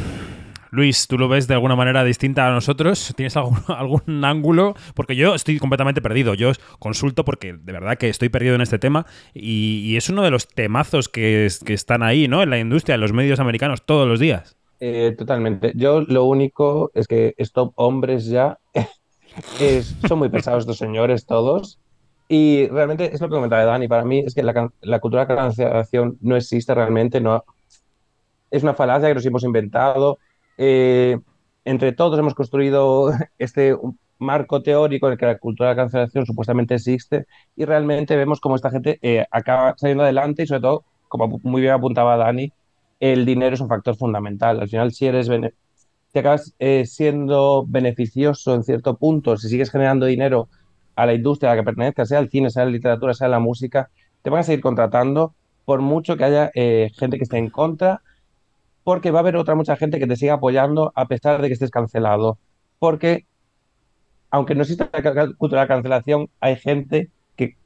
Luis, ¿tú lo ves de alguna manera distinta a nosotros? ¿Tienes algún, algún ángulo? Porque yo estoy completamente perdido. Yo os consulto porque de verdad que estoy perdido en este tema y, y es uno de los temazos que, es- que están ahí, ¿no? En la industria, en los medios americanos, todos los días. Eh, totalmente. Yo lo único es que stop hombres ya. Es- son muy pesados estos señores todos. Y realmente es lo que comentaba Dani. Para mí es que la, can- la cultura de la cancelación no existe realmente. No, es una falacia que nos hemos inventado. Eh, entre todos hemos construido este un marco teórico en el que la cultura de la cancelación supuestamente existe y realmente vemos cómo esta gente eh, acaba saliendo adelante y sobre todo, como muy bien apuntaba Dani, el dinero es un factor fundamental. Al final, si eres bene- si acabas eh, siendo beneficioso en cierto punto, si sigues generando dinero a la industria a la que pertenezcas, sea el cine, sea la literatura, sea la música, te van a seguir contratando por mucho que haya eh, gente que esté en contra porque va a haber otra mucha gente que te siga apoyando a pesar de que estés cancelado. Porque, aunque no exista la ca- cultura de la cancelación, hay gente que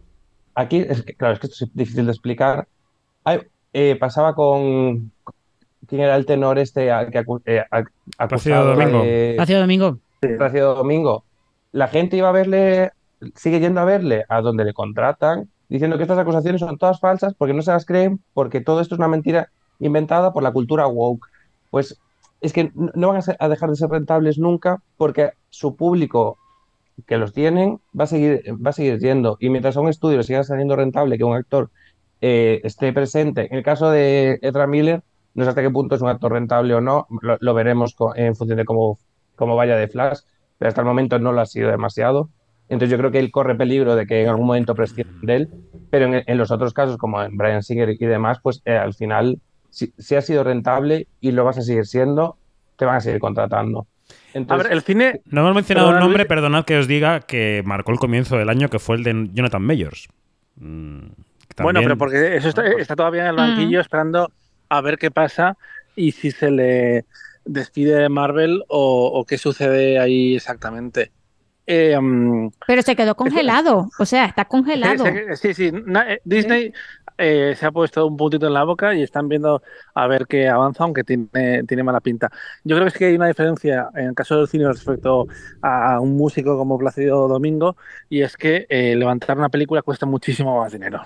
aquí, es que, claro, es que esto es difícil de explicar. Hay- eh, pasaba con, ¿quién era el tenor este a- que acu- eh, a- Plácido acusado Domingo. de Plácido Domingo. Plácido Domingo? La gente iba a verle, sigue yendo a verle a donde le contratan, diciendo que estas acusaciones son todas falsas porque no se las creen, porque todo esto es una mentira inventada por la cultura woke. Pues es que no no van a, ser- a dejar de ser rentables nunca porque su público que los tienen va a seguir, va a seguir yendo. Y mientras a un estudio siga saliendo rentable que un actor eh, esté presente, en el caso de Ezra Miller, no sé hasta qué punto es un actor rentable o no, lo, lo veremos co- en función de cómo, cómo vaya de Flash, pero hasta el momento no lo ha sido demasiado. Entonces yo creo que él corre peligro de que en algún momento prescindan de él, pero en, en los otros casos, como en Bryan Singer y demás, pues eh, al final, si, si ha sido rentable y lo vas a seguir siendo, te van a seguir contratando. A Entonces, ver, el cine. No hemos mencionado un Perdona, nombre, Luis. perdonad que os diga, que marcó el comienzo del año, que fue el de Jonathan Mayors. Mm, que Bueno, también- pero porque eso está, está todavía en el banquillo esperando a ver qué pasa y si se le despide de Marvel o, o qué sucede ahí exactamente. Eh, mm, Pero se quedó congelado, o sea, está congelado. se- se- sí, sí, na- eh, Disney eh, se ha puesto un puntito en la boca y están viendo a ver qué avanza, aunque tiene, tiene mala pinta. Yo creo que sí que hay una diferencia en el caso del cine respecto a un músico como Plácido Domingo, y es que eh, levantar una película cuesta muchísimo más dinero.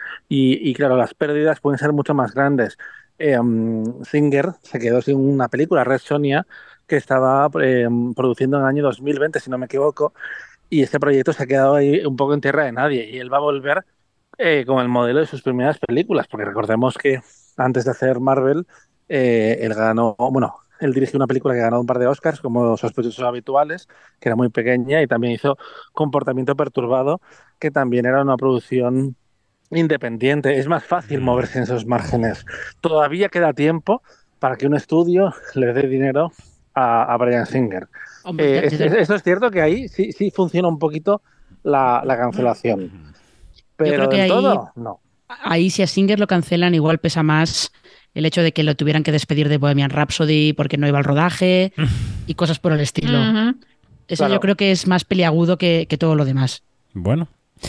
Y, y claro, las pérdidas pueden ser mucho más grandes. Eh, um, Singer se quedó sin una película, Red Sonja, que estaba eh, produciendo en el año dos mil veinte, si no me equivoco, y este proyecto se ha quedado ahí un poco en tierra de nadie. Y él va a volver eh, con el modelo de sus primeras películas, porque recordemos que antes de hacer Marvel, eh, él ganó, bueno, él dirigió una película que ganó un par de Oscars, como Sospechosos Habituales, que era muy pequeña, y también hizo Comportamiento Perturbado, que también era una producción independiente. Es más fácil moverse en esos márgenes. Todavía queda tiempo para que un estudio le dé dinero a, a Bryan Singer. Hombre, Eh, ya- es- ya- es- esto es cierto que ahí sí, sí funciona un poquito la, la cancelación, pero Yo creo que del ahí, todo, no. ahí si a Singer lo cancelan, igual pesa más el hecho de que lo tuvieran que despedir de Bohemian Rhapsody porque no iba al rodaje y cosas por el estilo. Ujú. Eso Claro. yo creo que es más peliagudo que, que todo lo demás. Bueno,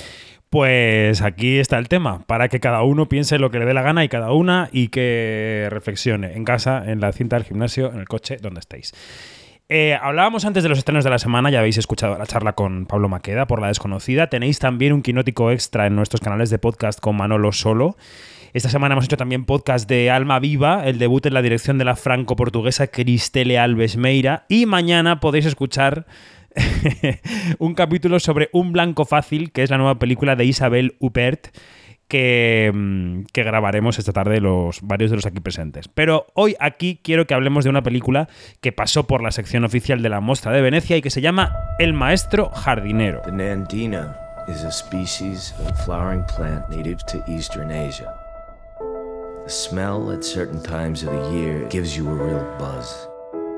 pues aquí está el tema, para que cada uno piense lo que le dé la gana y cada una y que reflexione en casa, en la cinta del gimnasio, en el coche, donde estéis. Eh, hablábamos antes de los estrenos de la semana, ya habéis escuchado la charla con Pablo Maqueda por La Desconocida. Tenéis también un quinótico extra en nuestros canales de podcast con Manolo Solo. Esta semana hemos hecho también podcast de Alma Viva, el debut en la dirección de la franco-portuguesa Cristele Alves Meira. Y mañana podéis escuchar un capítulo sobre Un Blanco Fácil, que es la nueva película de Isabel Huppert, que, que grabaremos esta tarde los varios de los aquí presentes. Pero hoy aquí quiero que hablemos de una película que pasó por la sección oficial de la Mostra de Venecia y que se llama El Maestro Jardinero. The Nandina is a species of flowering plant native to Eastern Asia. The smell at certain times of the year gives you a real buzz.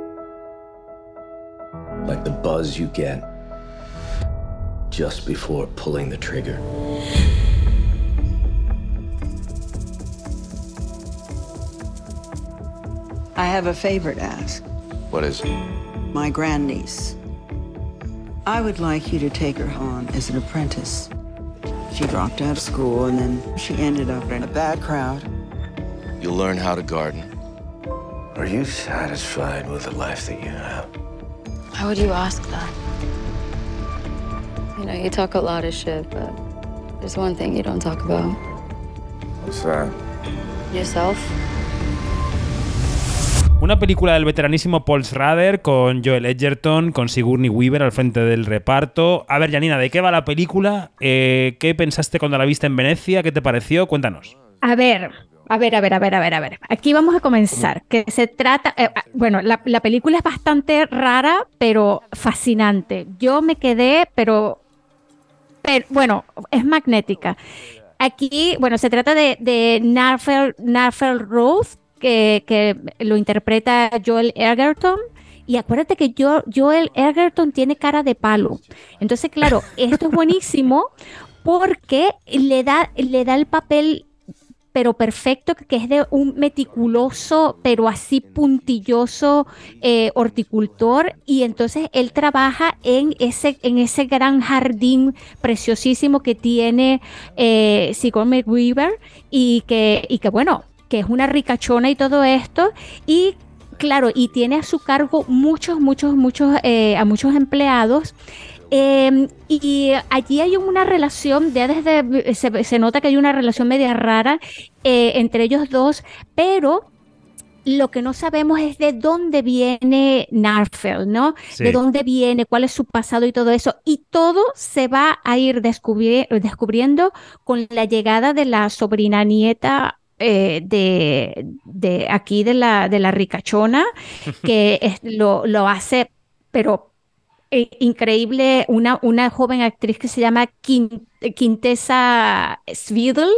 Like the buzz you get just before pulling the trigger. I have a favor to ask. What is it? My grandniece. I would like you to take her on as an apprentice. She dropped out of school and then she ended up in a bad crowd. You'll learn how to garden. Are you satisfied with the life that you have? How would you ask that? You know, you talk a lot of shit, but there's one thing you don't talk about. What's that? Yourself. Una película del veteranísimo Paul Schrader con Joel Edgerton, con Sigourney Weaver al frente del reparto. A ver, Janina, ¿de qué va la película? Eh, ¿Qué pensaste cuando la viste en Venecia? ¿Qué te pareció? Cuéntanos. A ver, a ver, a ver, a ver, a ver, a ver. Aquí vamos a comenzar. Que se trata, eh, bueno, la, la película es bastante rara, pero fascinante. Yo me quedé, pero, pero bueno, es magnética. Aquí, bueno, se trata de, de Narfel, Narfel Roth, Que, que lo interpreta Joel Edgerton. Y acuérdate que yo, Joel Edgerton tiene cara de palo. Entonces, claro, esto es buenísimo porque le da, le da el papel, pero perfecto, que es de un meticuloso, pero así puntilloso eh, horticultor. Y entonces él trabaja en ese, en ese gran jardín preciosísimo que tiene eh, Sigourney Weaver y que, y que bueno, que es una ricachona y todo esto, y claro, y tiene a su cargo muchos, muchos, muchos, eh, a muchos empleados, eh, y allí hay una relación, ya desde, se, se nota que hay una relación media rara eh, entre ellos dos, pero lo que no sabemos es de dónde viene Narfel, ¿no? Sí. De dónde viene, cuál es su pasado y todo eso. Y todo se va a ir descubri- descubriendo con la llegada de la sobrina nieta Eh, de, de aquí de la, de la ricachona, que es, lo, lo hace, pero eh, increíble, una, una joven actriz que se llama Quint, Quintessa Svidl,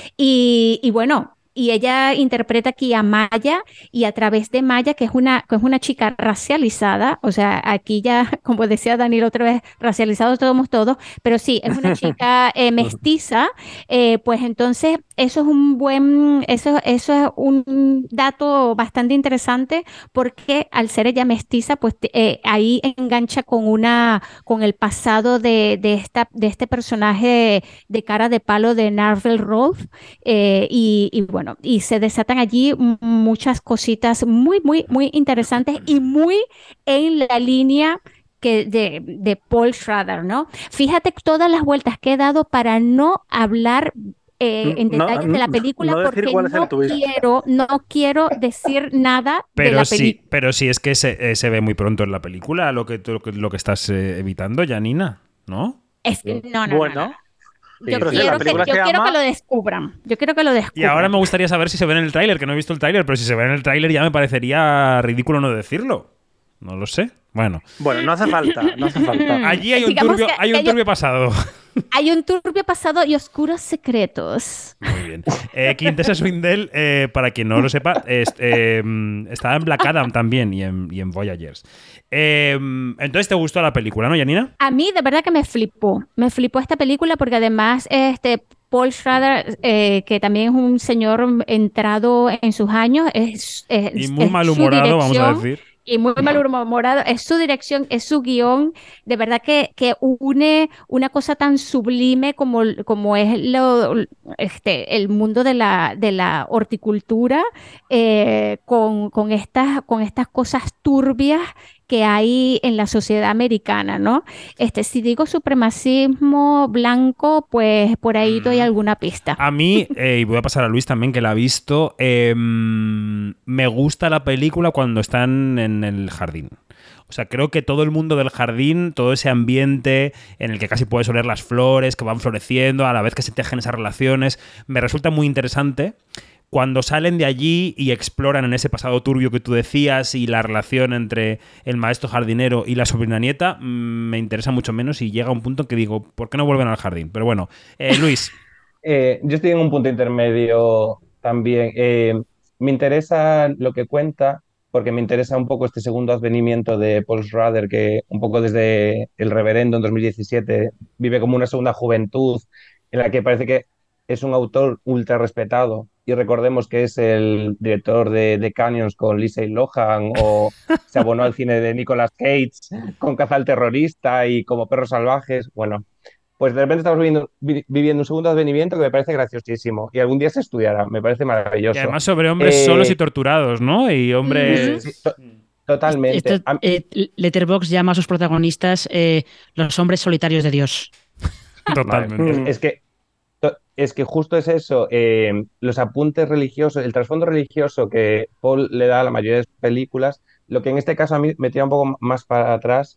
y, y bueno, y ella interpreta aquí a Maya, y a través de Maya, que es una, que es una chica racializada, o sea, aquí ya, como decía Daniel otra vez, racializados somos todos, pero sí, es una chica eh, mestiza, eh, pues entonces eso es un buen, eso, eso es un dato bastante interesante, porque al ser ella mestiza, pues eh, ahí engancha con una, con el pasado de, de esta, de este personaje de, de cara de palo de Narfel Roth, eh, y, y bueno, Bueno, y se desatan allí muchas cositas muy, muy, muy interesantes y muy en la línea que de, de Paul Schrader, ¿no? Fíjate todas las vueltas que he dado para no hablar eh, en no, detalles de la película, no porque no quiero, no quiero decir nada pero de la sí, película. Pero sí es que se, eh, se ve muy pronto en la película lo que, lo que, lo que estás eh, evitando, Janina, ¿no? Es, no, no, bueno. no, no. Yo, pero quiero, sí, que, yo quiero llama... que lo descubran. Yo quiero que lo descubran. Y ahora me gustaría saber si se ve en el tráiler, que no he visto el tráiler, pero si se ve en el tráiler ya me parecería ridículo no decirlo. No lo sé. Bueno. Bueno, no hace falta, no hace falta. Allí hay un turbio, que, hay un turbio yo... pasado. Hay un turbio pasado y oscuros secretos. Muy bien. Eh, Quintessa Swindell, eh, para quien no lo sepa, es, eh, estaba en Black Adam también y en, y en Voyagers. Eh, entonces, ¿te gustó la película, no, Janina? A mí, de verdad que me flipó. Me flipó esta película porque además este Paul Schrader, eh, que también es un señor entrado en sus años, es, es y muy es malhumorado, vamos a decir. Y muy malhumorado, es su dirección, es su guión, de verdad que, que une una cosa tan sublime como, como es lo, este, el mundo de la, de la horticultura, eh, con, con, estas, con estas cosas turbias que hay en la sociedad americana, ¿no? Este, si digo supremacismo blanco, pues por ahí doy alguna pista. A mí, eh, y voy a pasar a Luis también, que la ha visto, eh, me gusta la película cuando están en el jardín. O sea, creo que todo el mundo del jardín, todo ese ambiente en el que casi puedes oler las flores que van floreciendo a la vez que se tejen esas relaciones, me resulta muy interesante. Cuando salen de allí y exploran en ese pasado turbio que tú decías y la relación entre el maestro jardinero y la sobrina nieta, me interesa mucho menos y llega un punto en que digo, ¿por qué no vuelven al jardín? Pero bueno, eh, Luis. eh, yo estoy en un punto intermedio también. Eh, me interesa lo que cuenta porque me interesa un poco este segundo advenimiento de Paul Schrader, que un poco desde El Reverendo en dos mil diecisiete vive como una segunda juventud en la que parece que es un autor ultra respetado. Y recordemos que es el director de, de Canyons con Lindsay Lohan, o se abonó al cine de Nicolas Cage con Caza al terrorista y como Perros salvajes. Bueno, pues de repente estamos viviendo, vi, viviendo un segundo advenimiento que me parece graciosísimo y algún día se estudiará, me parece maravilloso. Y además sobre hombres eh, solos y torturados, ¿no? Y hombres... Sí, to totalmente. Esto, eh, Letterboxd llama a sus protagonistas eh, los hombres solitarios de Dios. Totalmente. Es, es que Es que justo es eso, eh, los apuntes religiosos, el trasfondo religioso que Paul le da a la mayoría de sus películas, lo que en este caso a mí me tira un poco más para atrás,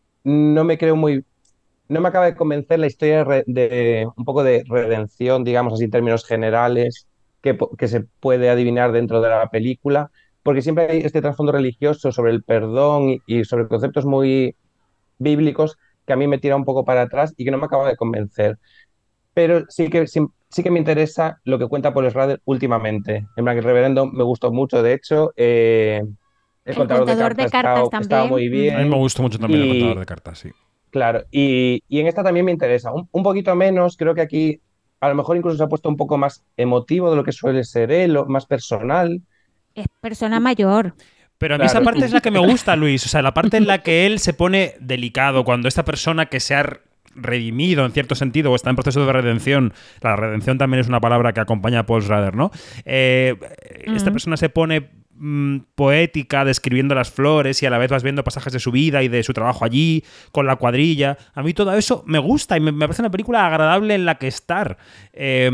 no me creo muy, no me acaba de convencer la historia de, de un poco de redención, digamos así en términos generales, que, que se puede adivinar dentro de la película, porque siempre hay este trasfondo religioso sobre el perdón y, y sobre conceptos muy bíblicos que a mí me tira un poco para atrás y que no me acaba de convencer. Pero sí que, sí, sí que me interesa lo que cuenta Paul Schrader últimamente. En Black Reverendo me gustó mucho, de hecho. Eh, el, el contador, contador de cartas, de cartas estaba, estaba muy bien. A mí me gustó mucho también y, el contador de cartas, sí. Claro, y, y en esta también me interesa. Un, un poquito menos, creo que aquí a lo mejor incluso se ha puesto un poco más emotivo de lo que suele ser él, o más personal. Es persona mayor. Pero a mí claro. esa parte es la que me gusta, Luis. O sea, la parte en la que él se pone delicado, cuando esta persona que se ha redimido en cierto sentido o está en proceso de redención, la redención también es una palabra que acompaña a Paul Schrader, ¿no? Eh, uh-huh. Esta persona se pone mmm, poética describiendo las flores y a la vez vas viendo pasajes de su vida y de su trabajo allí con la cuadrilla. A mí todo eso me gusta y me, me parece una película agradable en la que estar. Eh,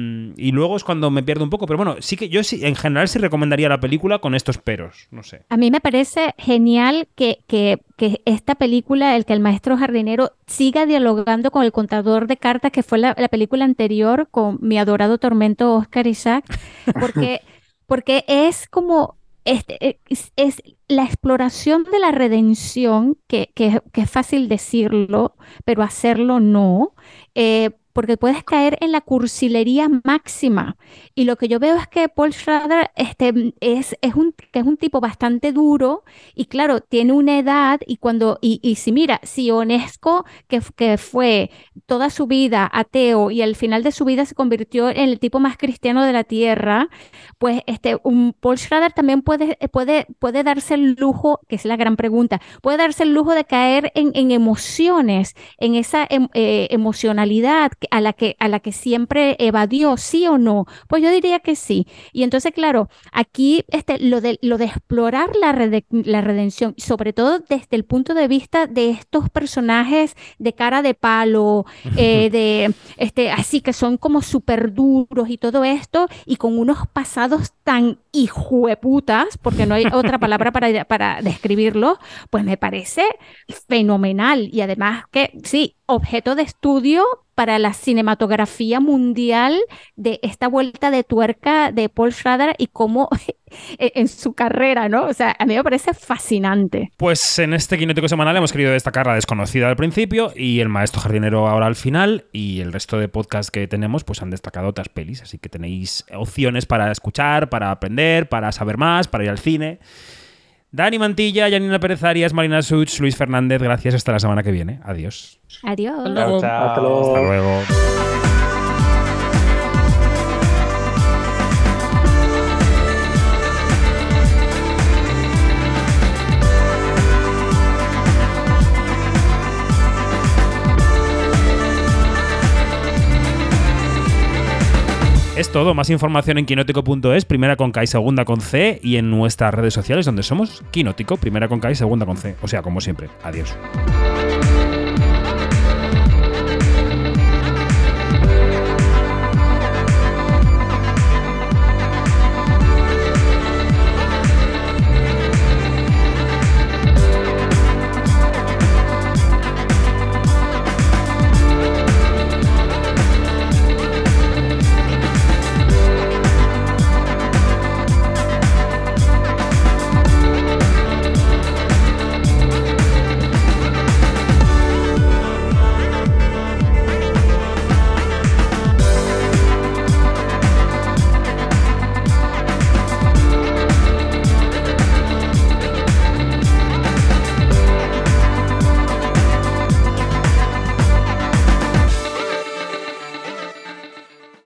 y luego es cuando me pierdo un poco, pero bueno, sí que yo sí, en general sí recomendaría la película con estos peros, no sé. A mí me parece genial que, que, que esta película, el que el maestro jardinero siga dialogando con el contador de cartas, que fue la, la película anterior con mi adorado tormento Oscar Isaac, porque, porque es como este, es, es la exploración de la redención, que, que, que es fácil decirlo, pero hacerlo no, eh, porque puedes caer en la cursilería máxima. Y lo que yo veo es que Paul Schrader este, es, es, un, que es un tipo bastante duro y claro, tiene una edad y cuando, y, y si mira, si Ionesco, que, que fue toda su vida ateo y al final de su vida se convirtió en el tipo más cristiano de la tierra, pues este, un Paul Schrader también puede, puede, puede darse el lujo, que es la gran pregunta, puede darse el lujo de caer en, en emociones, en esa em, eh, emocionalidad a la que a la que siempre evadió, ¿sí o no? Pues yo diría que sí. Y entonces, claro, aquí este, lo, de, lo de explorar la, rede, la redención, sobre todo desde el punto de vista de estos personajes de cara de palo, eh, de este, así que son como súper duros y todo esto, y con unos pasados tan hijueputas, porque no hay otra palabra para, para describirlo, pues me parece fenomenal. Y además que, sí, objeto de estudio para la cinematografía mundial de esta vuelta de tuerca de Paul Schrader y cómo en su carrera, ¿no? O sea, a mí me parece fascinante. Pues en este Quinótico semanal hemos querido destacar La desconocida al principio y El maestro jardinero ahora al final, y el resto de podcasts que tenemos pues han destacado otras pelis, así que tenéis opciones para escuchar, para aprender, para saber más, para ir al cine. Dani Mantilla, Janina Pérez Arias, Marina Such, Luis Fernández, gracias. Hasta la semana que viene. Adiós. Adiós. Hasta luego. Hasta luego. Hasta luego. Esto todo. Más información en quinótico punto es, primera con K y segunda con C, y en nuestras redes sociales donde somos Quinótico, primera con K y segunda con C. O sea, como siempre. Adiós.